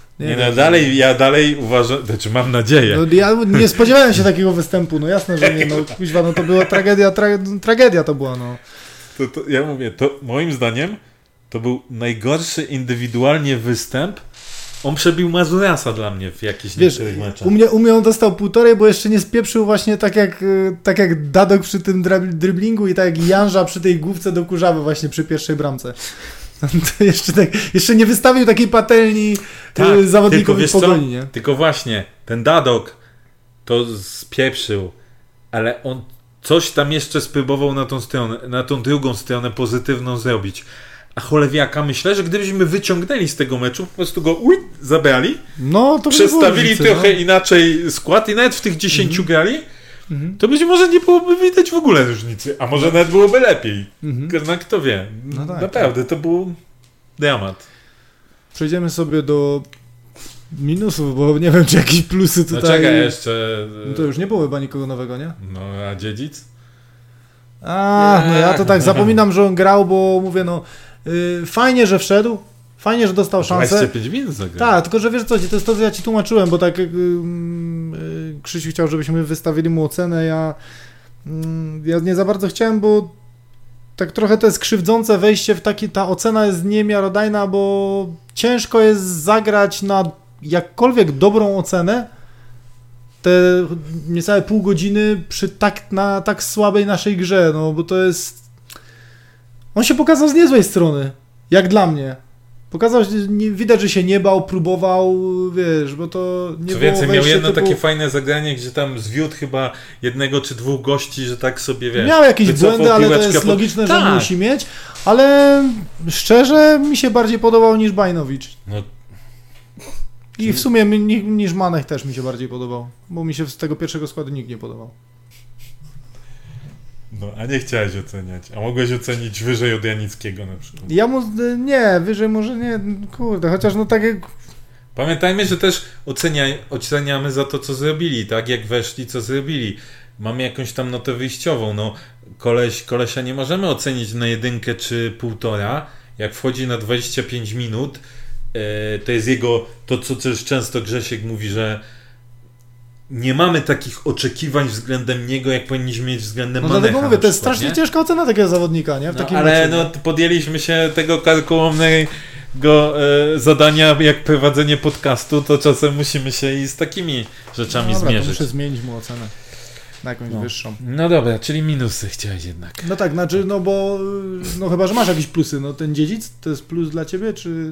ja dalej uważam, znaczy mam nadzieję. Ja nie spodziewałem się takiego występu, jasne, że nie, kuźwa, to była tragedia to była, To ja mówię, to moim zdaniem to był najgorszy indywidualnie występ. On przebił Mazurasa dla mnie w jakichś niektórych meczach. U mnie on dostał 1,5, bo jeszcze nie spieprzył właśnie tak jak Dadok przy tym driblingu i tak jak Janża przy tej główce do Kurzawy właśnie przy pierwszej bramce. To jeszcze nie wystawił takiej patelni zawodnikowi w Pogoni, nie? Tylko właśnie, ten Dadok to spieprzył, ale on coś tam jeszcze spróbował na tą drugą stronę pozytywną zrobić. A Cholewiaka myślę, że gdybyśmy wyciągnęli z tego meczu, po prostu go zabrali, to przestawili trochę inaczej skład i nawet w tych 10 grali, to być może nie byłoby widać w ogóle różnicy, a może nawet byłoby lepiej. Kto wie. Tak, naprawdę, to był dramat. Przejdziemy sobie do minusów, bo nie wiem, czy jakieś plusy tutaj... Czekaj jeszcze... to już nie było chyba nikogo nowego, nie? A Dziedzic? Ja to tak zapominam, że on grał, bo mówię, fajnie, że wszedł, fajnie, że dostał szansę. 25 minut zagrał. Tak, tylko że wiesz co, to jest to, co ja ci tłumaczyłem, bo tak Krzysiu chciał, żebyśmy wystawili mu ocenę, ja nie za bardzo chciałem, bo tak trochę to jest krzywdzące wejście w ta ocena jest niemiarodajna, bo ciężko jest zagrać na jakkolwiek dobrą ocenę te niecałe pół godziny na tak słabej naszej grze, bo to jest... On się pokazał z niezłej strony, jak dla mnie. Pokazał, widać, że się nie bał, próbował, wiesz, bo to nie co było więcej, miał jedno typu... takie fajne zagranie, gdzie tam zwiódł chyba 1 czy 2 gości, że tak sobie, wiesz... Miał jakieś błędy, ale to jest logiczne, że on musi mieć, ale szczerze mi się bardziej podobał niż Bajnowicz. I w sumie niż Manech też mi się bardziej podobał, bo mi się z tego pierwszego składu nikt nie podobał. A nie chciałeś oceniać. A mogłeś ocenić wyżej od Janickiego na przykład. Ja nie, wyżej może nie, kurde, chociaż tak jak... Pamiętajmy, że też oceniamy za to, co zrobili, tak? Jak weszli, co zrobili. Mamy jakąś tam notę wyjściową. Kolesia nie możemy ocenić na 1 czy 1,5. Jak wchodzi na 25 minut, to jest to co też często Grzesiek mówi, że nie mamy takich oczekiwań względem niego, jak powinniśmy mieć względem Manecha. Dlatego mówię, to jest strasznie ciężka ocena takiego zawodnika, nie? Ale podjęliśmy się tego karkołomnej zadania jak prowadzenie podcastu, to czasem musimy się i z takimi rzeczami zmierzyć. To muszę zmienić mu ocenę na jakąś wyższą. No dobra, czyli minusy chciałeś jednak. No tak, znaczy, bo chyba, że masz jakieś plusy, ten dziedzic to jest plus dla ciebie, czy...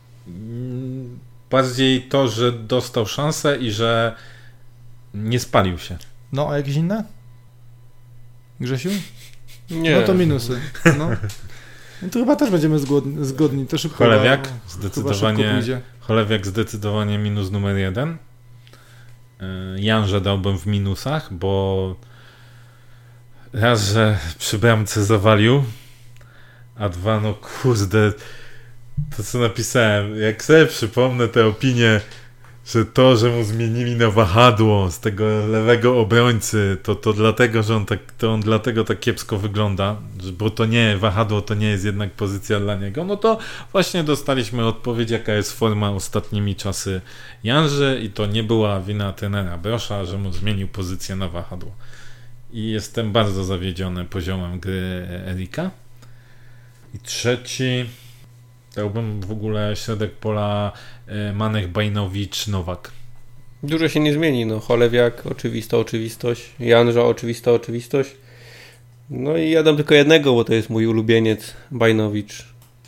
Bardziej to, że dostał szansę i że nie spalił się. No, a jakieś inne? Grzesiu? Nie. No to minusy. No to chyba też będziemy zgodni. To szybko. Cholewiak zdecydowanie minus numer 1. Janże dałbym w minusach, bo raz, że przy bramce zawalił, a dwa, no kurde, to co napisałem, jak sobie przypomnę tę opinię, że to, że mu zmienili na wahadło z tego lewego obrońcy, to dlatego, że on dlatego tak kiepsko wygląda, bo to nie, wahadło to nie jest jednak pozycja dla niego, no to właśnie dostaliśmy odpowiedź, jaka jest forma ostatnimi czasy Janży i to nie była wina trenera Brosza, że mu zmienił pozycję na wahadło. I jestem bardzo zawiedziony poziomem gry Erika. I trzeci... Dałbym w ogóle środek pola Manech, Bajnowicz, Nowak. Dużo się nie zmieni, Cholewiak, oczywista oczywistość, Janża, oczywista oczywistość. No i ja dam tylko jednego, bo to jest mój ulubieniec, Bajnowicz.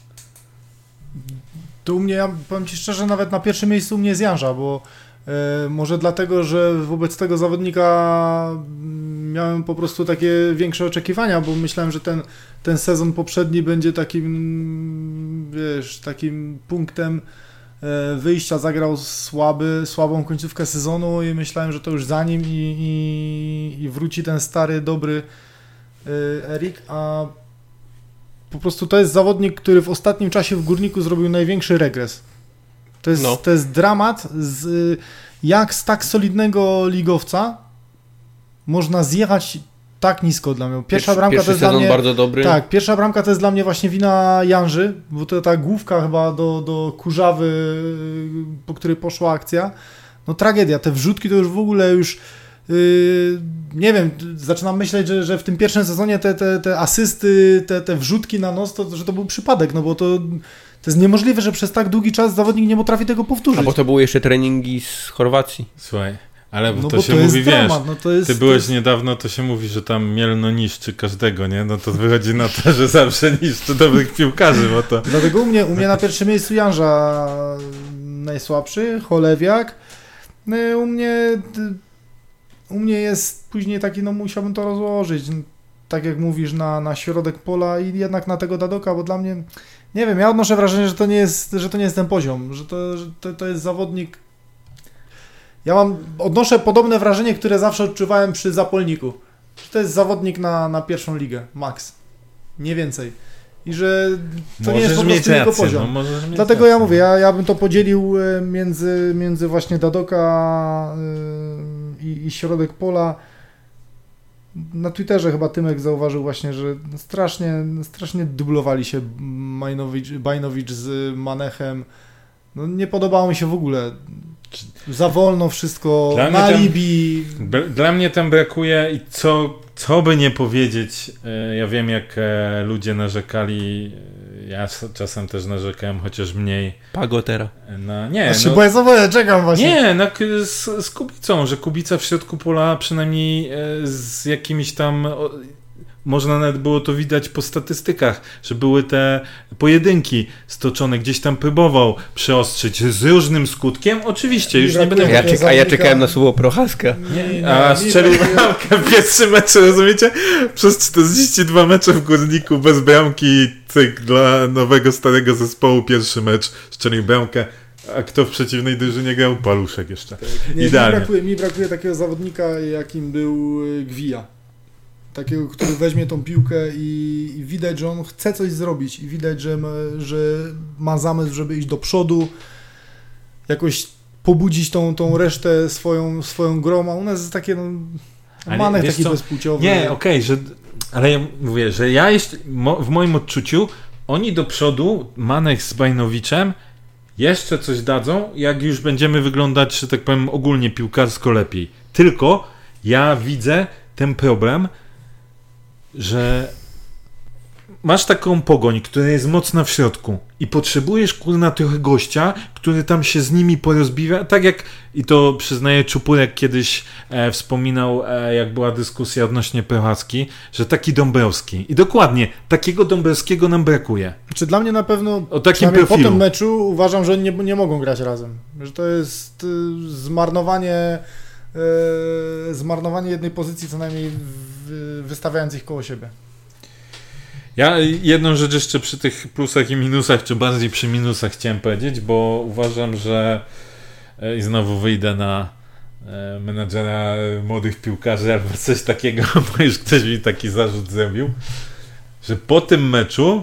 To u mnie, ja powiem Ci szczerze, nawet na pierwszym miejscu u mnie jest Janża, bo może dlatego, że wobec tego zawodnika miałem po prostu takie większe oczekiwania, bo myślałem, że ten sezon poprzedni będzie takim, takim punktem wyjścia. Zagrał słabą końcówkę sezonu i myślałem, że to już za nim i wróci ten stary, dobry Erik, a po prostu to jest zawodnik, który w ostatnim czasie w Górniku zrobił największy regres. To jest dramat, jak z tak solidnego ligowca można zjechać tak nisko dla mnie. Pierwszy to jest dla mnie bardzo dobry. Tak, pierwsza bramka to jest dla mnie właśnie wina Janży, bo to ta główka chyba do Kurzawy, po której poszła akcja. Tragedia, te wrzutki to już w ogóle nie wiem, zaczynam myśleć, że w tym pierwszym sezonie te asysty, te wrzutki na nos, że to był przypadek, bo to jest niemożliwe, że przez tak długi czas zawodnik nie potrafi tego powtórzyć. A bo to były jeszcze treningi z Chorwacji. Słuchaj, ale to się mówi, dramat, ty byłeś niedawno, to się mówi, że tam Mielno niszczy każdego, nie? No to wychodzi na to, że zawsze niszczy dobrych piłkarzy, bo to... Dlatego u mnie na pierwszym miejscu Janża najsłabszy, Cholewiak. U mnie jest później taki, musiałbym to rozłożyć, tak jak mówisz, na środek pola i jednak na tego Dadoka, bo dla mnie, nie wiem, ja odnoszę wrażenie, że to nie jest ten poziom, że to jest zawodnik. Ja odnoszę podobne wrażenie, które zawsze odczuwałem przy Zapolniku, że to jest zawodnik na pierwszą ligę, max, nie więcej. I że to nie jest po prostu jego poziom. Dlatego ja mówię, ja bym to podzielił między właśnie Dadoka i środek pola. Na Twitterze chyba Tymek zauważył właśnie, że strasznie dublowali się Bajnowicz z Manechem. Nie podobało mi się w ogóle. Za wolno wszystko, na alibi. Dla mnie tam brakuje i co by nie powiedzieć, ja wiem jak ludzie narzekali, ja czasem też narzekałem, chociaż mniej. Pagotera. Bo ja czekam właśnie. Nie, z Kubicą, że Kubica w środku pola przynajmniej z jakimiś tam... Można nawet było to widać po statystykach, że były te pojedynki stoczone, gdzieś tam próbował przeostrzyć z różnym skutkiem. Oczywiście, już nie będę... A ja czekałem na słowo Prochaska. A strzelił bramkę w pierwszym meczu, rozumiecie? Przez 42 mecze w Górniku bez bramki, dla nowego, starego zespołu pierwszy mecz strzelił bramkę. A kto w przeciwnej drużynie grał? Paluszek jeszcze. Idealnie. Mi brakuje takiego zawodnika, jakim był Gwija. Takiego, który weźmie tą piłkę i widać, że on chce coś zrobić i widać, że ma zamysł, żeby iść do przodu, jakoś pobudzić tą resztę swoją grą, a u nas jest takie Manech taki bezpłciowy. Nie, okej, ale ja mówię, że w moim odczuciu oni do przodu, Manech z Bajnowiczem jeszcze coś dadzą, jak już będziemy wyglądać, że tak powiem, ogólnie piłkarsko lepiej. Tylko ja widzę ten problem, że masz taką Pogoń, która jest mocna w środku i potrzebujesz, kurna, trochę gościa, który tam się z nimi porozbija, tak jak, i to przyznaję, Czupurek kiedyś wspominał, jak była dyskusja odnośnie Prochacki, że taki Dąbrowski. I dokładnie, takiego Dąbrowskiego nam brakuje. Czy dla mnie na pewno, o takim po profilu. tym meczu uważam, że oni nie mogą grać razem. Że to jest zmarnowanie jednej pozycji, co najmniej wystawiając ich koło siebie. Ja jedną rzecz jeszcze przy tych plusach i minusach, czy bardziej przy minusach chciałem powiedzieć, bo uważam, że i znowu wyjdę na menadżera młodych piłkarzy albo coś takiego, bo już ktoś mi taki zarzut zrobił, że po tym meczu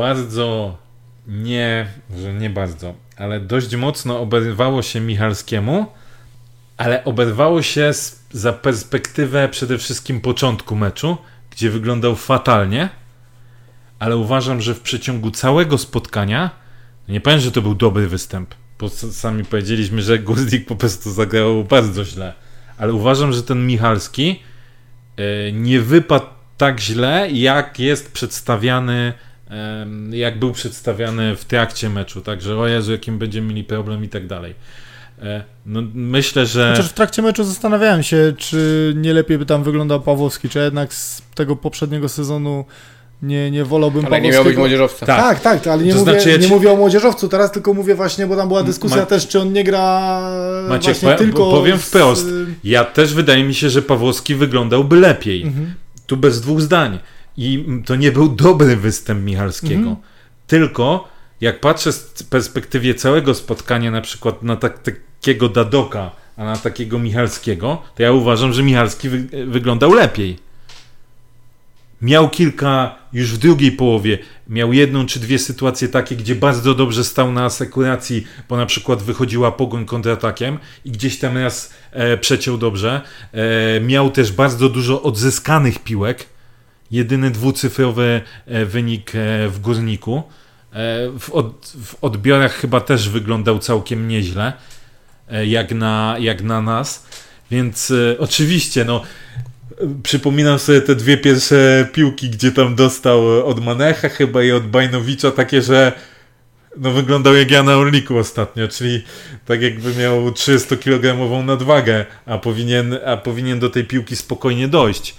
ale dość mocno oberwało się Michalskiemu, ale oberwało się za perspektywę przede wszystkim początku meczu, gdzie wyglądał fatalnie, ale uważam, że w przeciągu całego spotkania, nie powiem, że to był dobry występ, bo sami powiedzieliśmy, że Górnik po prostu zagrał bardzo źle, ale uważam, że ten Michalski nie wypadł tak źle, jak jest przedstawiany, jak był przedstawiany w trakcie meczu, także o Jezu, jakim będziemy mieli problem i tak dalej. No, myślę, że... Chociaż w trakcie meczu zastanawiałem się, czy nie lepiej by tam wyglądał Pawłowski, czy jednak z tego poprzedniego sezonu nie wolałbym ale Pawłowskiego. nie miał być młodzieżowca. Tak, ale nie mówię o młodzieżowcu teraz, tylko mówię właśnie, bo tam była dyskusja też, czy on nie gra Maciek, właśnie tylko... Powiem wprost, ja też wydaje mi się, że Pawłowski wyglądałby lepiej. Tu bez dwóch zdań. I to nie był dobry występ Michalskiego. Tylko jak patrzę z perspektywy całego spotkania, na przykład na takiego Dadoka, a na takiego Michalskiego, to ja uważam, że Michalski wyglądał lepiej. Miał kilka, już w drugiej połowie, miał jedną czy dwie sytuacje takie, gdzie bardzo dobrze stał na asekuracji, bo na przykład wychodziła Pogoń kontratakiem i gdzieś tam raz przeciął dobrze. Miał też bardzo dużo odzyskanych piłek. Jedyny dwucyfrowy wynik w Górniku. W odbiorach chyba też wyglądał całkiem nieźle, jak na nas. Więc oczywiście, no, przypominam sobie te dwie pierwsze piłki, gdzie tam dostał od Manecha chyba i od Bajnowicza, takie, że no, wyglądał jak ja na Orliku ostatnio, czyli tak jakby miał 30-kilogramową nadwagę, a powinien do tej piłki spokojnie dojść.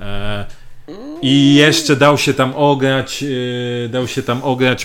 I jeszcze dał się tam ograć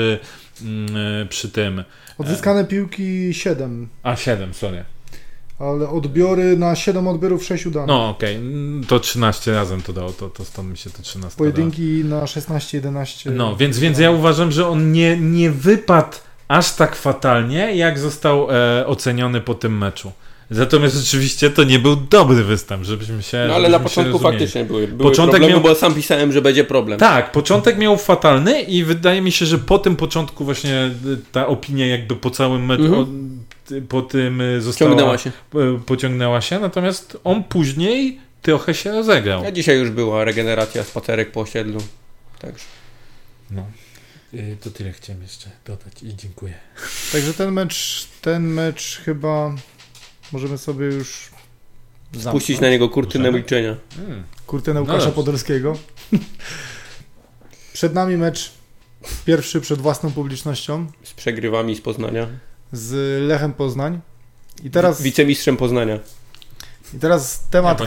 przy tym. Odzyskane piłki 7. 7, sorry. Ale odbiory na 7 odbiorów 6 udanych. No okej, to 13 razem to dało, to stąd mi się to 13 pojedynki dało. Na 16-11. No, więc ja uważam, że on nie wypadł aż tak fatalnie, jak został oceniony po tym meczu. Natomiast oczywiście to nie był dobry występ, żebyśmy się... No ale na początku faktycznie były problemy, bo sam pisałem, że będzie problem. Tak, początek miał fatalny i wydaje mi się, że po tym początku właśnie ta opinia jakby po całym meczu po tym pociągnęła się, natomiast on później trochę się rozegrał. A dzisiaj już była regeneracja, spacerek po osiedlu. Także. No. To tyle chciałem jeszcze dodać i dziękuję. Także ten mecz chyba możemy sobie już spuścić na niego kurtynę milczenia. Kurtynę Łukasza Podolskiego. Przed nami mecz pierwszy przed własną publicznością. Z przegrywami z Poznania. Z Lechem Poznań. I teraz wicemistrzem Poznania. I teraz temat,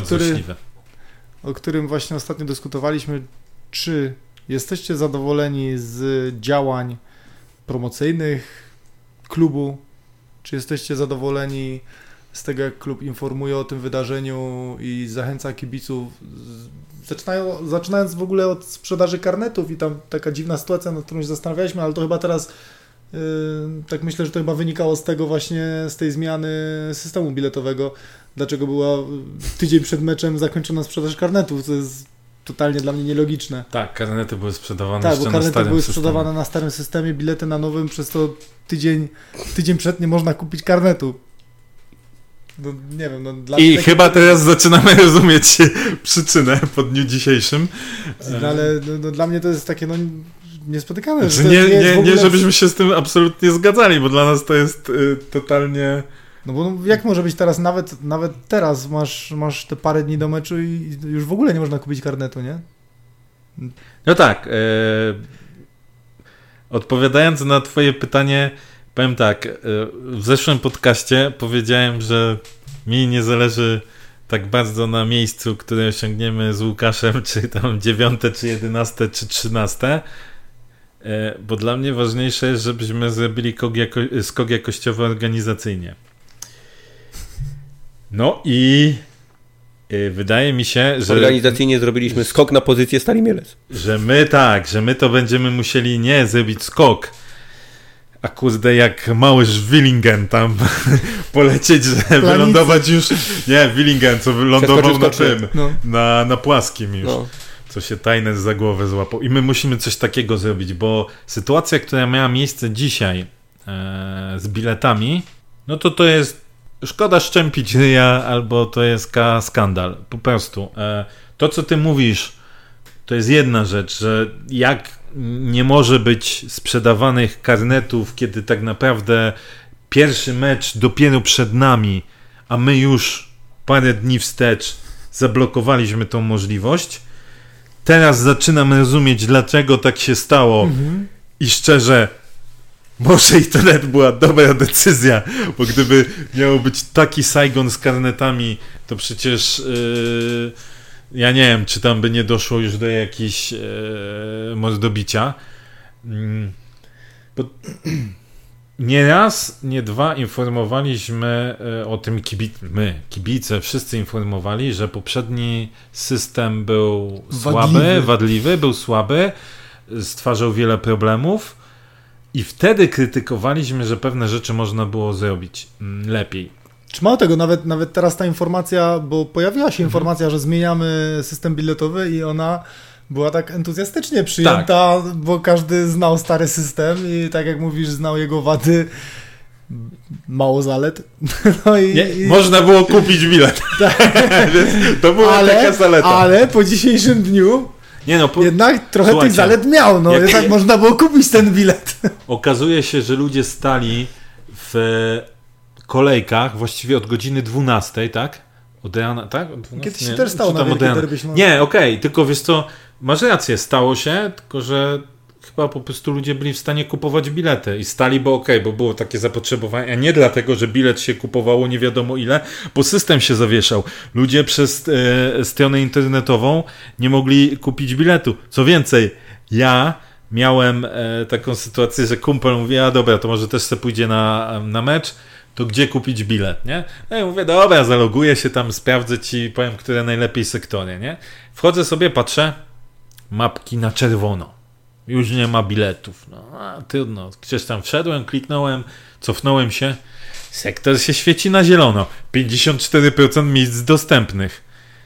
o którym właśnie ostatnio dyskutowaliśmy. Czy jesteście zadowoleni z działań promocyjnych klubu? Czy jesteście zadowoleni z tego, jak klub informuje o tym wydarzeniu i zachęca kibiców, zaczynając w ogóle od sprzedaży karnetów i tam taka dziwna sytuacja, nad którą się zastanawialiśmy, ale to chyba teraz tak myślę, że to chyba wynikało z tego właśnie, z tej zmiany systemu biletowego, dlaczego była tydzień przed meczem zakończona sprzedaż karnetów, co jest totalnie dla mnie nielogiczne. Tak, karnety były sprzedawane tak, jeszcze bo karnety na starym były systemie. sprzedawane na starym systemie, bilety na nowym, przez to tydzień przed nie można kupić karnetu. No, nie wiem, no, I chyba teraz zaczynamy rozumieć przyczynę po dniu dzisiejszym. No, ale dla mnie to jest takie niespotykane. Znaczy, nie, żebyśmy się z tym absolutnie zgadzali, bo dla nas to jest totalnie... No bo jak może być teraz, nawet teraz masz te parę dni do meczu i już w ogóle nie można kupić karnetu, nie? No tak, odpowiadając na twoje pytanie, powiem tak, w zeszłym podcaście powiedziałem, że mi nie zależy tak bardzo na miejscu, które osiągniemy z Łukaszem, czy tam 9, czy 11, czy 13, bo dla mnie ważniejsze jest, żebyśmy zrobili skok jakościowy organizacyjnie. No i wydaje mi się, że organizacyjnie zrobiliśmy skok na pozycję Stali Mielec. Że my to będziemy musieli nie zrobić skok, a kurde jak mały Willingen tam polecieć, że wylądować już, nie, Willingen, co wylądował na tym, na płaskim już, co się Tajnes za głowę złapał. I my musimy coś takiego zrobić, bo sytuacja, która miała miejsce dzisiaj z biletami, no to jest szkoda szczępić ryja, albo to jest skandal. Po prostu. To, co ty mówisz, to jest jedna rzecz, że jak nie może być sprzedawanych karnetów, kiedy tak naprawdę pierwszy mecz dopiero przed nami, a my już parę dni wstecz zablokowaliśmy tą możliwość. Teraz zaczynam rozumieć, dlaczego tak się stało i szczerze, może i to nawet była dobra decyzja, bo gdyby miał być taki Saigon z karnetami, to przecież ja nie wiem, czy tam by nie doszło już do jakichś mordobicia. Bo nie raz, nie dwa informowaliśmy o tym, kibice, wszyscy informowali, że poprzedni system był wadliwy, był słaby, stwarzał wiele problemów. I wtedy krytykowaliśmy, że pewne rzeczy można było zrobić lepiej. Czy mało tego, nawet teraz ta informacja, bo pojawiła się informacja, że zmieniamy system biletowy i ona była tak entuzjastycznie przyjęta, bo każdy znał stary system i tak jak mówisz, znał jego wady, mało zalet. No można było kupić bilet. Więc to była taka zaleta. Ale po dzisiejszym dniu jednak trochę tych zalet miał, jednak można było kupić ten bilet. Okazuje się, że ludzie stali w kolejkach właściwie od godziny 12, tak? Od rana, tak? Od 12? Kiedyś się też stało na Wielkie Derby. Nie, okej, tylko wiesz co, masz rację, stało się, tylko że chyba po prostu ludzie byli w stanie kupować bilety i stali, bo bo było takie zapotrzebowanie, a nie dlatego, że bilet się kupowało nie wiadomo ile, bo system się zawieszał. Ludzie przez stronę internetową nie mogli kupić biletu. Co więcej, ja miałem taką sytuację, że kumpel mówi, a dobra, to może też sobie pójdzie na mecz, to gdzie kupić bilet, nie? No ja mówię, dobra, zaloguję się tam, sprawdzę ci, powiem, które najlepiej sektory, nie? Wchodzę sobie, patrzę, mapki na czerwono. Już nie ma biletów. Trudno. Gdzieś tam wszedłem, kliknąłem, cofnąłem się. Sektor się świeci na zielono. 54% miejsc dostępnych.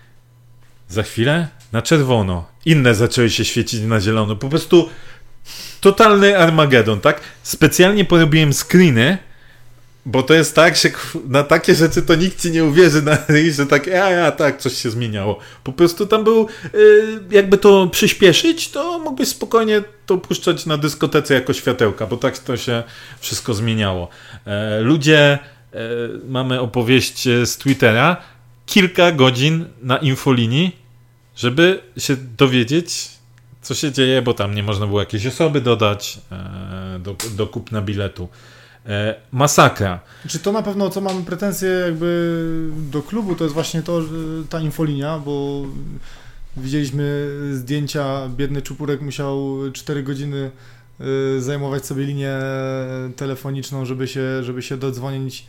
Za chwilę na czerwono. Inne zaczęły się świecić na zielono. Po prostu totalny Armagedon, tak? Specjalnie porobiłem screeny, bo to jest tak, że na takie rzeczy to nikt ci nie uwierzy, że tak, tak, coś się zmieniało. Po prostu tam był, jakby to przyspieszyć, to mógłbyś spokojnie to puszczać na dyskotece jako światełka, bo tak to się wszystko zmieniało. Ludzie, mamy opowieść z Twittera, kilka godzin na infolinii, żeby się dowiedzieć, co się dzieje, bo tam nie można było jakiejś osoby dodać do kupna biletu. Masakra. Czy to na pewno, co mamy pretensje jakby do klubu, to jest właśnie to, ta infolinia, bo widzieliśmy zdjęcia, biedny Czupurek musiał 4 godziny zajmować sobie linię telefoniczną, żeby się dodzwonić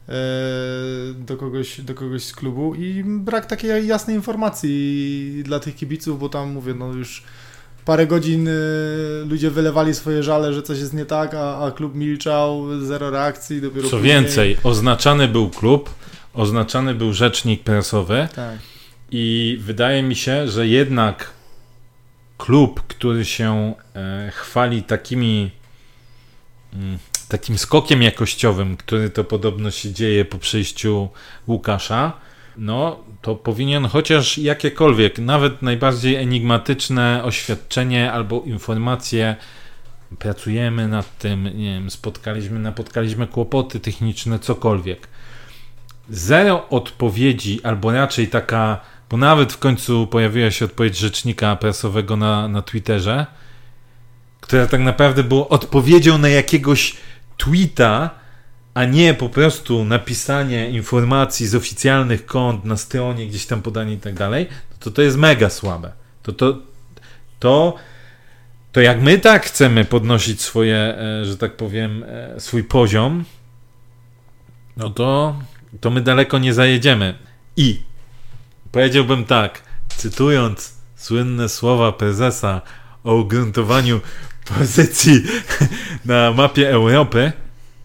do kogoś z klubu i brak takiej jasnej informacji dla tych kibiców, bo tam mówię, już parę godzin ludzie wylewali swoje żale, że coś jest nie tak, a klub milczał, zero reakcji. Dopiero co więcej, oznaczany był klub, oznaczany był rzecznik prasowy i wydaje mi się, że jednak klub, który się chwali takim skokiem jakościowym, który to podobno się dzieje po przyjściu Łukasza, to powinien chociaż jakiekolwiek, nawet najbardziej enigmatyczne oświadczenie albo informacje, pracujemy nad tym, nie wiem, napotkaliśmy kłopoty techniczne, cokolwiek. Zero odpowiedzi, albo raczej taka bo nawet w końcu pojawiła się odpowiedź rzecznika prasowego na Twitterze, która tak naprawdę była odpowiedzią na jakiegoś tweeta, a nie po prostu napisanie informacji z oficjalnych kont na stronie, gdzieś tam podanie i tak dalej, to jest mega słabe. To jak my tak chcemy podnosić swoje, że tak powiem, swój poziom, no to my daleko nie zajedziemy. I powiedziałbym tak, cytując słynne słowa prezesa o ugruntowaniu pozycji na mapie Europy,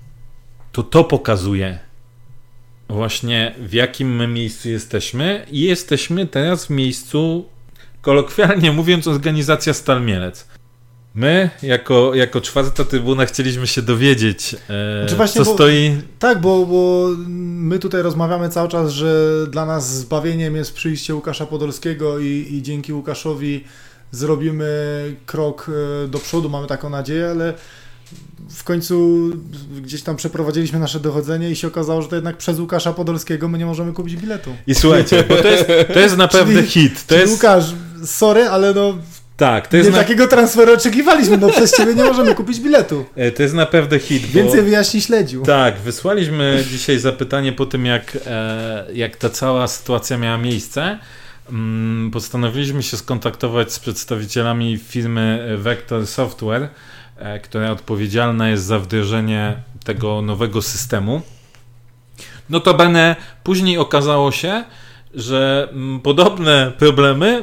to pokazuje właśnie, w jakim my miejscu jesteśmy, i jesteśmy teraz w miejscu, kolokwialnie mówiąc, organizacja Stal Mielec. My, jako czwarta trybuna, chcieliśmy się dowiedzieć, co stoi... Tak, bo my tutaj rozmawiamy cały czas, że dla nas zbawieniem jest przyjście Łukasza Podolskiego i dzięki Łukaszowi zrobimy krok do przodu, mamy taką nadzieję, ale w końcu gdzieś tam przeprowadziliśmy nasze dochodzenie i się okazało, że to jednak przez Łukasza Podolskiego my nie możemy kupić biletu. I słuchajcie, bo to jest naprawdę hit. Łukasz, sorry, ale no... Tak, takiego transferu oczekiwaliśmy, no przez ciebie nie możemy kupić biletu. To jest naprawdę hit. Więcej wyjaśni śledził. Tak, wysłaliśmy dzisiaj zapytanie po tym, jak ta cała sytuacja miała miejsce. Postanowiliśmy się skontaktować z przedstawicielami firmy Vector Software, która odpowiedzialna jest za wdrożenie tego nowego systemu. Notabene później okazało się, że podobne problemy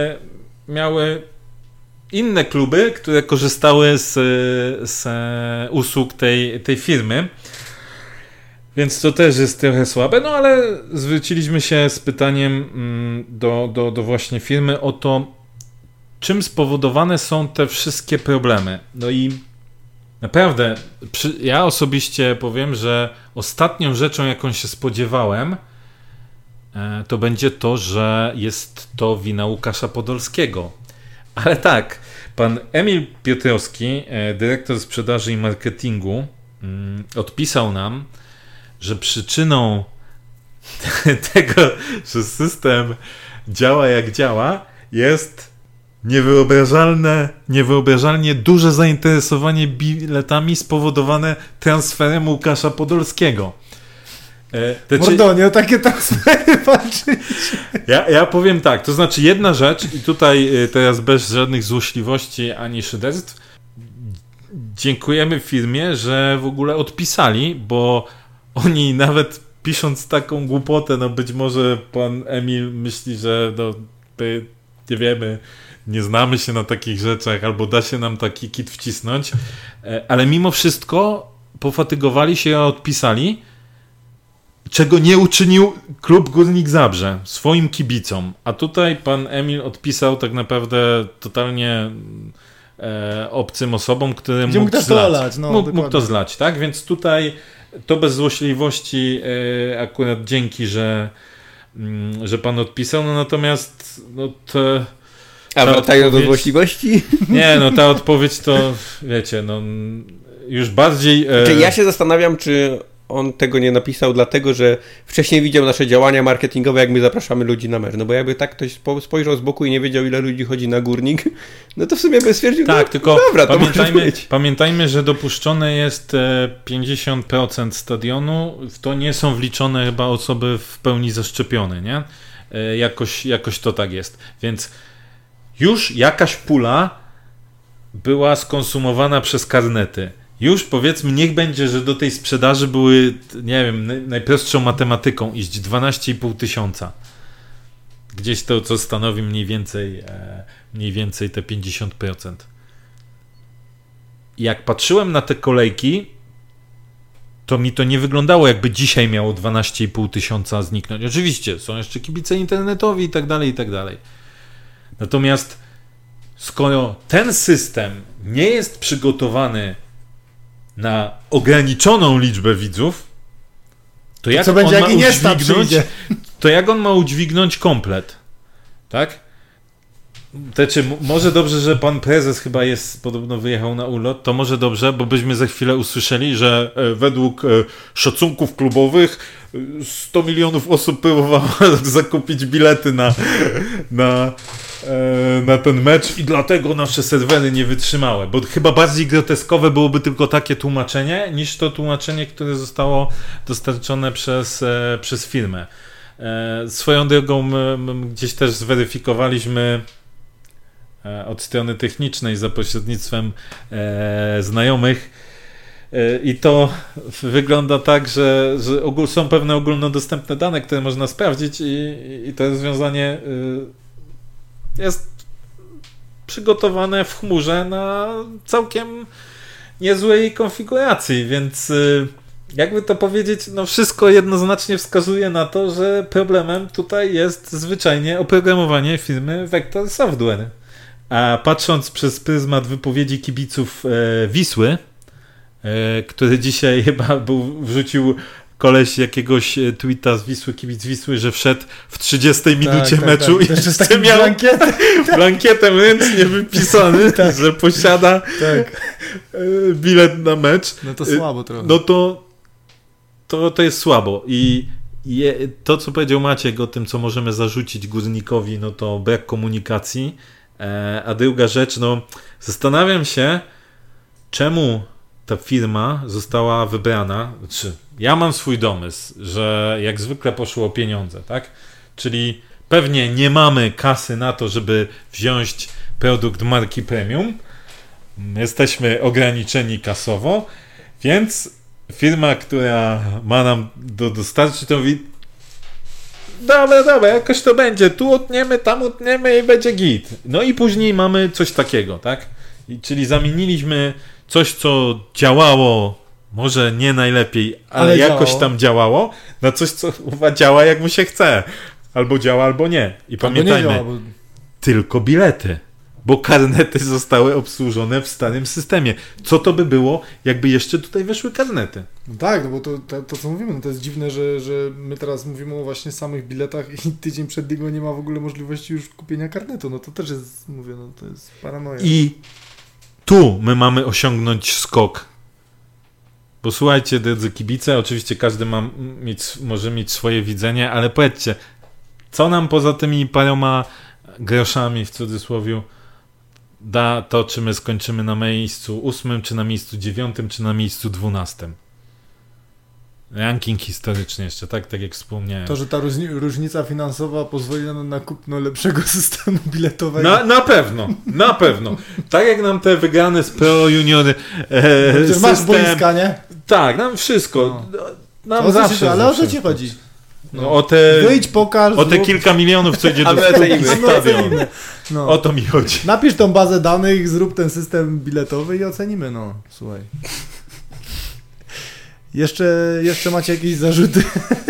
miały inne kluby, które korzystały z usług tej firmy. Więc to też jest trochę słabe, no ale zwróciliśmy się z pytaniem do właśnie firmy o to, czym spowodowane są te wszystkie problemy. No i naprawdę, ja osobiście powiem, że ostatnią rzeczą, jaką się spodziewałem, to będzie to, że jest to wina Łukasza Podolskiego. Ale tak, pan Emil Piotrowski, dyrektor sprzedaży i marketingu, odpisał nam, że przyczyną tego, że system działa jak działa, jest niewyobrażalnie duże zainteresowanie biletami spowodowane transferem Łukasza Podolskiego. Mordonie, o takie transfery walczyć. Ja powiem tak, to znaczy jedna rzecz, i tutaj teraz bez żadnych złośliwości ani szyderstw, dziękujemy firmie, że w ogóle odpisali, bo oni nawet pisząc taką głupotę, no być może pan Emil myśli, że no, nie wiemy, nie znamy się na takich rzeczach, albo da się nam taki kit wcisnąć, ale mimo wszystko pofatygowali się i odpisali, czego nie uczynił klub Górnik Zabrze swoim kibicom. A tutaj pan Emil odpisał tak naprawdę totalnie obcym osobom, które mógł to zlać. Mógł to zlać, tak? Więc tutaj to bez złośliwości akurat dzięki, że pan odpisał, no natomiast no to... A wracają do złośliwości? Nie, no ta odpowiedź to, wiecie, no już bardziej... Ja się zastanawiam, czy on tego nie napisał dlatego, że wcześniej widział nasze działania marketingowe, jak my zapraszamy ludzi na mecz. No bo jakby tak ktoś spojrzał z boku i nie wiedział, ile ludzi chodzi na Górnik, no to w sumie by stwierdził, tak, no tylko dobra, to może być. Pamiętajmy, że dopuszczone jest 50% stadionu, w to nie są wliczone chyba osoby w pełni zaszczepione, nie? Jakoś to tak jest. Więc już jakaś pula była skonsumowana przez karnety. Już powiedzmy, niech będzie, że do tej sprzedaży były, nie wiem, najprostszą matematyką iść 12,5 tysiąca. Gdzieś to, co stanowi mniej więcej te 50%. Jak patrzyłem na te kolejki, to mi to nie wyglądało, jakby dzisiaj miało 12,5 tysiąca zniknąć. Oczywiście, są jeszcze kibice internetowi i tak dalej. Natomiast skoro ten system nie jest przygotowany na ograniczoną liczbę widzów, to jak co będzie, jak Iniesta przyjdzie? To jak on ma udźwignąć komplet? Tak? może dobrze, że pan prezes chyba podobno wyjechał na ulot, to może dobrze, bo byśmy za chwilę usłyszeli, że według szacunków klubowych 100 milionów osób próbowało zakupić bilety na ten mecz i dlatego nasze serwery nie wytrzymały, bo chyba bardziej groteskowe byłoby tylko takie tłumaczenie, niż to tłumaczenie, które zostało dostarczone przez firmę. Swoją drogą gdzieś też zweryfikowaliśmy od strony technicznej za pośrednictwem znajomych i to wygląda tak, że są pewne ogólnodostępne dane, które można sprawdzić i to rozwiązanie jest przygotowane w chmurze na całkiem niezłej konfiguracji, więc jakby to powiedzieć, no wszystko jednoznacznie wskazuje na to, że problemem tutaj jest zwyczajnie oprogramowanie firmy Vector Software. A patrząc przez pryzmat wypowiedzi kibiców Wisły, który dzisiaj chyba wrzucił koleś jakiegoś tweeta z Wisły, kibic Wisły, że wszedł w 30 minucie meczu i jeszcze miał blankietem ręcznie wypisany, że posiada bilet na mecz. No to słabo trochę. No to jest słabo i to, co powiedział Maciek o tym, co możemy zarzucić Górnikowi, no to brak komunikacji, a druga rzecz, no zastanawiam się, czemu ta firma została wybrana. Znaczy, ja mam swój domysł, że jak zwykle poszło o pieniądze, tak? Czyli pewnie nie mamy kasy na to, żeby wziąć produkt marki premium. Jesteśmy ograniczeni kasowo, więc firma, która ma nam dostarczyć, to mówi: dobra, jakoś to będzie, tu utniemy, tam utniemy i będzie git. No i później mamy coś takiego, tak? Czyli zamieniliśmy coś, co działało, może nie najlepiej, ale jakoś tam działało, na coś, co działa jak mu się chce. Albo działa, albo nie. I pamiętajmy, tylko bilety. Bo karnety zostały obsłużone w starym systemie. Co to by było, jakby jeszcze tutaj weszły karnety? No tak, no bo to co mówimy, no to jest dziwne, że my teraz mówimy o właśnie samych biletach i tydzień przed ligą nie ma w ogóle możliwości już kupienia karnetu. No to też jest, mówię, no to jest paranoja. I tu my mamy osiągnąć skok. Bo słuchajcie, drodzy kibice, oczywiście każdy może mieć swoje widzenie, ale powiedzcie, co nam poza tymi paroma groszami w cudzysłowie da to, czy my skończymy na miejscu 8, czy na miejscu 9, czy na miejscu 12. Ranking historyczny jeszcze, tak jak wspomniałem. To, że ta różnica finansowa pozwoli nam na kupno lepszego systemu biletowego. Na pewno. Tak jak nam te wygrane z Pro Juniory system... Masz boiska, nie? Tak, nam wszystko. No. Nam zawsze. Ale o co ci chodzi? No, wyjdź, pokaż. O te kilka milionów, co idzie do stadionu. No. O to mi chodzi. Napisz tą bazę danych, zrób ten system biletowy i ocenimy, no. Słuchaj. Jeszcze macie jakieś zarzuty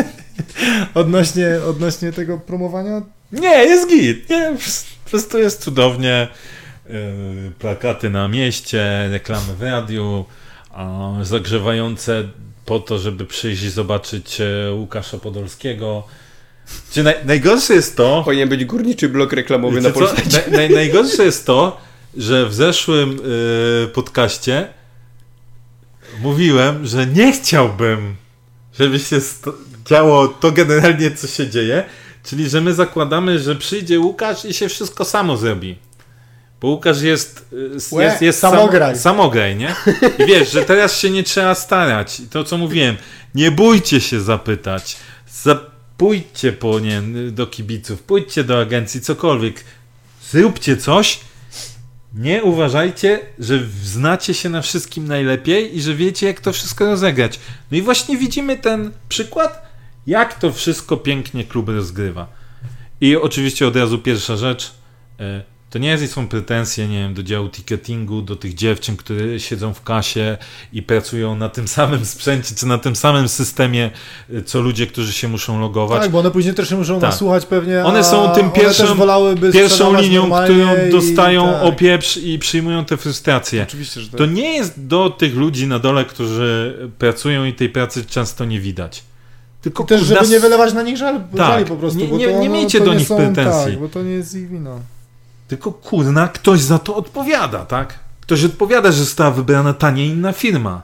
odnośnie tego promowania? Nie, jest git. Nie, po prostu jest cudownie. Plakaty na mieście, reklamy w radiu, zagrzewające po to, żeby przyjść i zobaczyć Łukasza Podolskiego. Najgorsze jest to... Powinien być górniczy blok reklamowy na Polsacie. Najgorsze jest to, że w zeszłym podcaście mówiłem, że nie chciałbym, żeby się działo to generalnie, co się dzieje, czyli że my zakładamy, że przyjdzie Łukasz i się wszystko samo zrobi. Bo Łukasz jest samograj, nie? I wiesz, że teraz się nie trzeba starać. I to, co mówiłem, nie bójcie się zapytać. Pójdźcie do kibiców, pójdźcie do agencji, cokolwiek. Zróbcie coś. Nie uważajcie, że znacie się na wszystkim najlepiej i że wiecie, jak to wszystko rozegrać. No i właśnie widzimy ten przykład, jak to wszystko pięknie klub rozgrywa. I oczywiście od razu pierwsza rzecz, to nie są pretensje, nie wiem, do działu ticketingu, do tych dziewczyn, które siedzą w kasie i pracują na tym samym sprzęcie, czy na tym samym systemie, co ludzie, którzy się muszą logować. Tak, bo one później też się muszą nasłuchać pewnie. One są tym pierwszą linią, którą dostają opieprz i przyjmują te frustracje. Oczywiście, że tak. To nie jest do tych ludzi na dole, którzy pracują i tej pracy często nie widać. Tylko też, żeby nie wylewać na nich żali po prostu. Nie miejcie do nich pretensji. Tak, bo to nie jest ich wina. Tylko kurna, ktoś za to odpowiada, tak? Ktoś odpowiada, że została wybrana tania inna firma.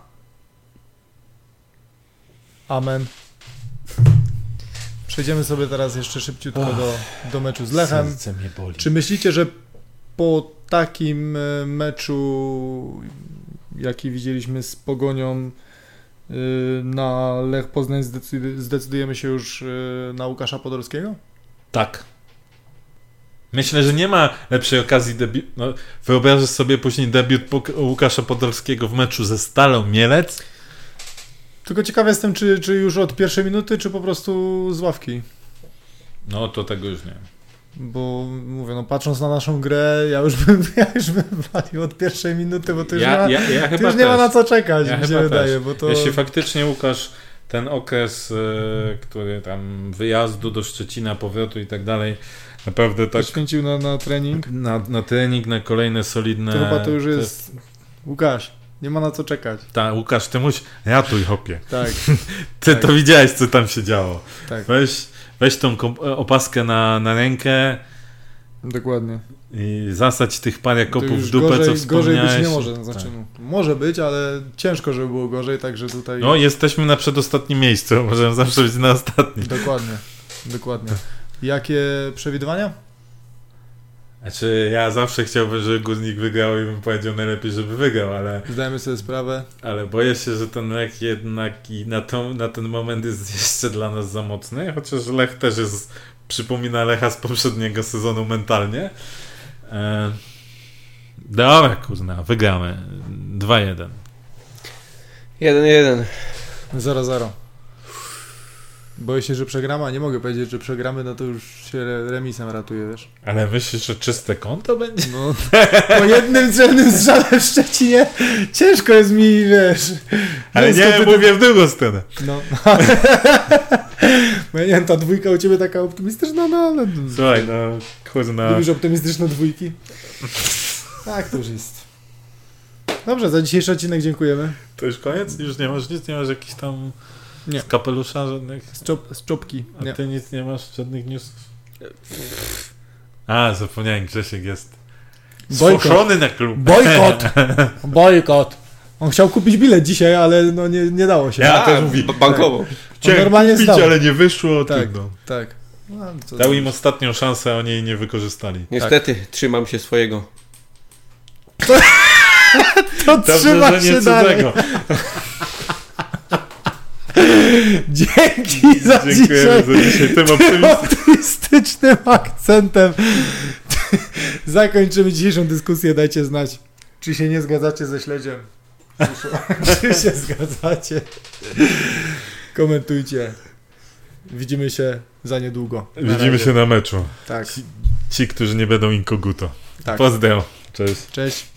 Amen. Przejdziemy sobie teraz jeszcze szybciutko do meczu z Lechem. Serce mnie boli. Czy myślicie, że po takim meczu, jaki widzieliśmy z Pogonią, na Lech Poznań zdecydujemy się już na Łukasza Podolskiego? Tak. Myślę, że nie ma lepszej okazji debiutu. No, wyobrażasz sobie później debiut Łukasza Podolskiego w meczu ze Stalą Mielec? Tylko ciekaw jestem, czy już od pierwszej minuty, czy po prostu z ławki. No to tego już nie. Bo mówię, no patrząc na naszą grę, ja już bym walił od pierwszej minuty, bo to już, nie ma na co czekać, mi się wydaje. Bo to... Jeśli faktycznie Łukasz ten okres, który tam wyjazdu do Szczecina, powrotu i tak dalej, naprawdę tak... Poświęcił na trening. Na trening, na kolejne solidne... To chyba to już jest... Łukasz, nie ma na co czekać. Tak, Łukasz, ty musisz... Ratuj, hopie. Tak. Ty to widziałeś, co tam się działo. Tak. Weź tą opaskę na rękę. Dokładnie. I zasać tych parę kopów w dupę, co wspomniałeś. Gorzej być nie może. Znaczy, może być, ale ciężko, żeby było gorzej, także tutaj... No, jesteśmy na przedostatnim miejscu, możemy zawsze być na ostatnim. Dokładnie. Jakie przewidywania? Znaczy, ja zawsze chciałbym, żeby Górnik wygrał i bym powiedział najlepiej, żeby wygrał, ale... Zdajemy sobie sprawę. Ale boję się, że ten Lech jednak i na ten moment jest jeszcze dla nas za mocny, chociaż Lech też przypomina Lecha z poprzedniego sezonu mentalnie. Dobra, kurna, wygramy. 2-1. 1-1. 0-0. Boję się, że przegramy, a nie mogę powiedzieć, że przegramy, no to już się remisem ratuje, wiesz. Ale myślisz, że czyste konto będzie? No, po jednym celnym strzale w Szczecinie ciężko jest mi, wiesz... Ale nie, mówię w drugą stronę. No. Bo ja nie wiem, ta dwójka u ciebie taka optymistyczna, no ale... Słuchaj, no, kurna... Lubisz optymistyczne dwójki? Tak, to już jest. Dobrze, za dzisiejszy odcinek dziękujemy. To już koniec? Już nie masz nic? Nie masz jakichś tam... Nie. Z kapelusza żadnych? Z czopki. A ty nic nie masz? Żadnych newsów? A, zapomniałem, Grzesiek jest sfoszony na klub. Bojkot! On chciał kupić bilet dzisiaj, ale no nie dało się. Ja też mówię. Bankowo. Chciałem normalnie kupić, stał. ale nie wyszło. Tak, trudno. tak. No, dał im ostatnią szansę, a oni jej nie wykorzystali. Niestety, trzymam się swojego. To trzyma się dalej. Dzięki za dzisiaj tym optymistycznym akcentem zakończymy dzisiejszą dyskusję. Dajcie znać, czy się nie zgadzacie ze śledziem. Czy się zgadzacie. Komentujcie. Widzimy się za niedługo. Widzimy się na meczu. Tak. Ci, którzy nie będą inkoguto. Tak. Pozdro. Cześć. Cześć.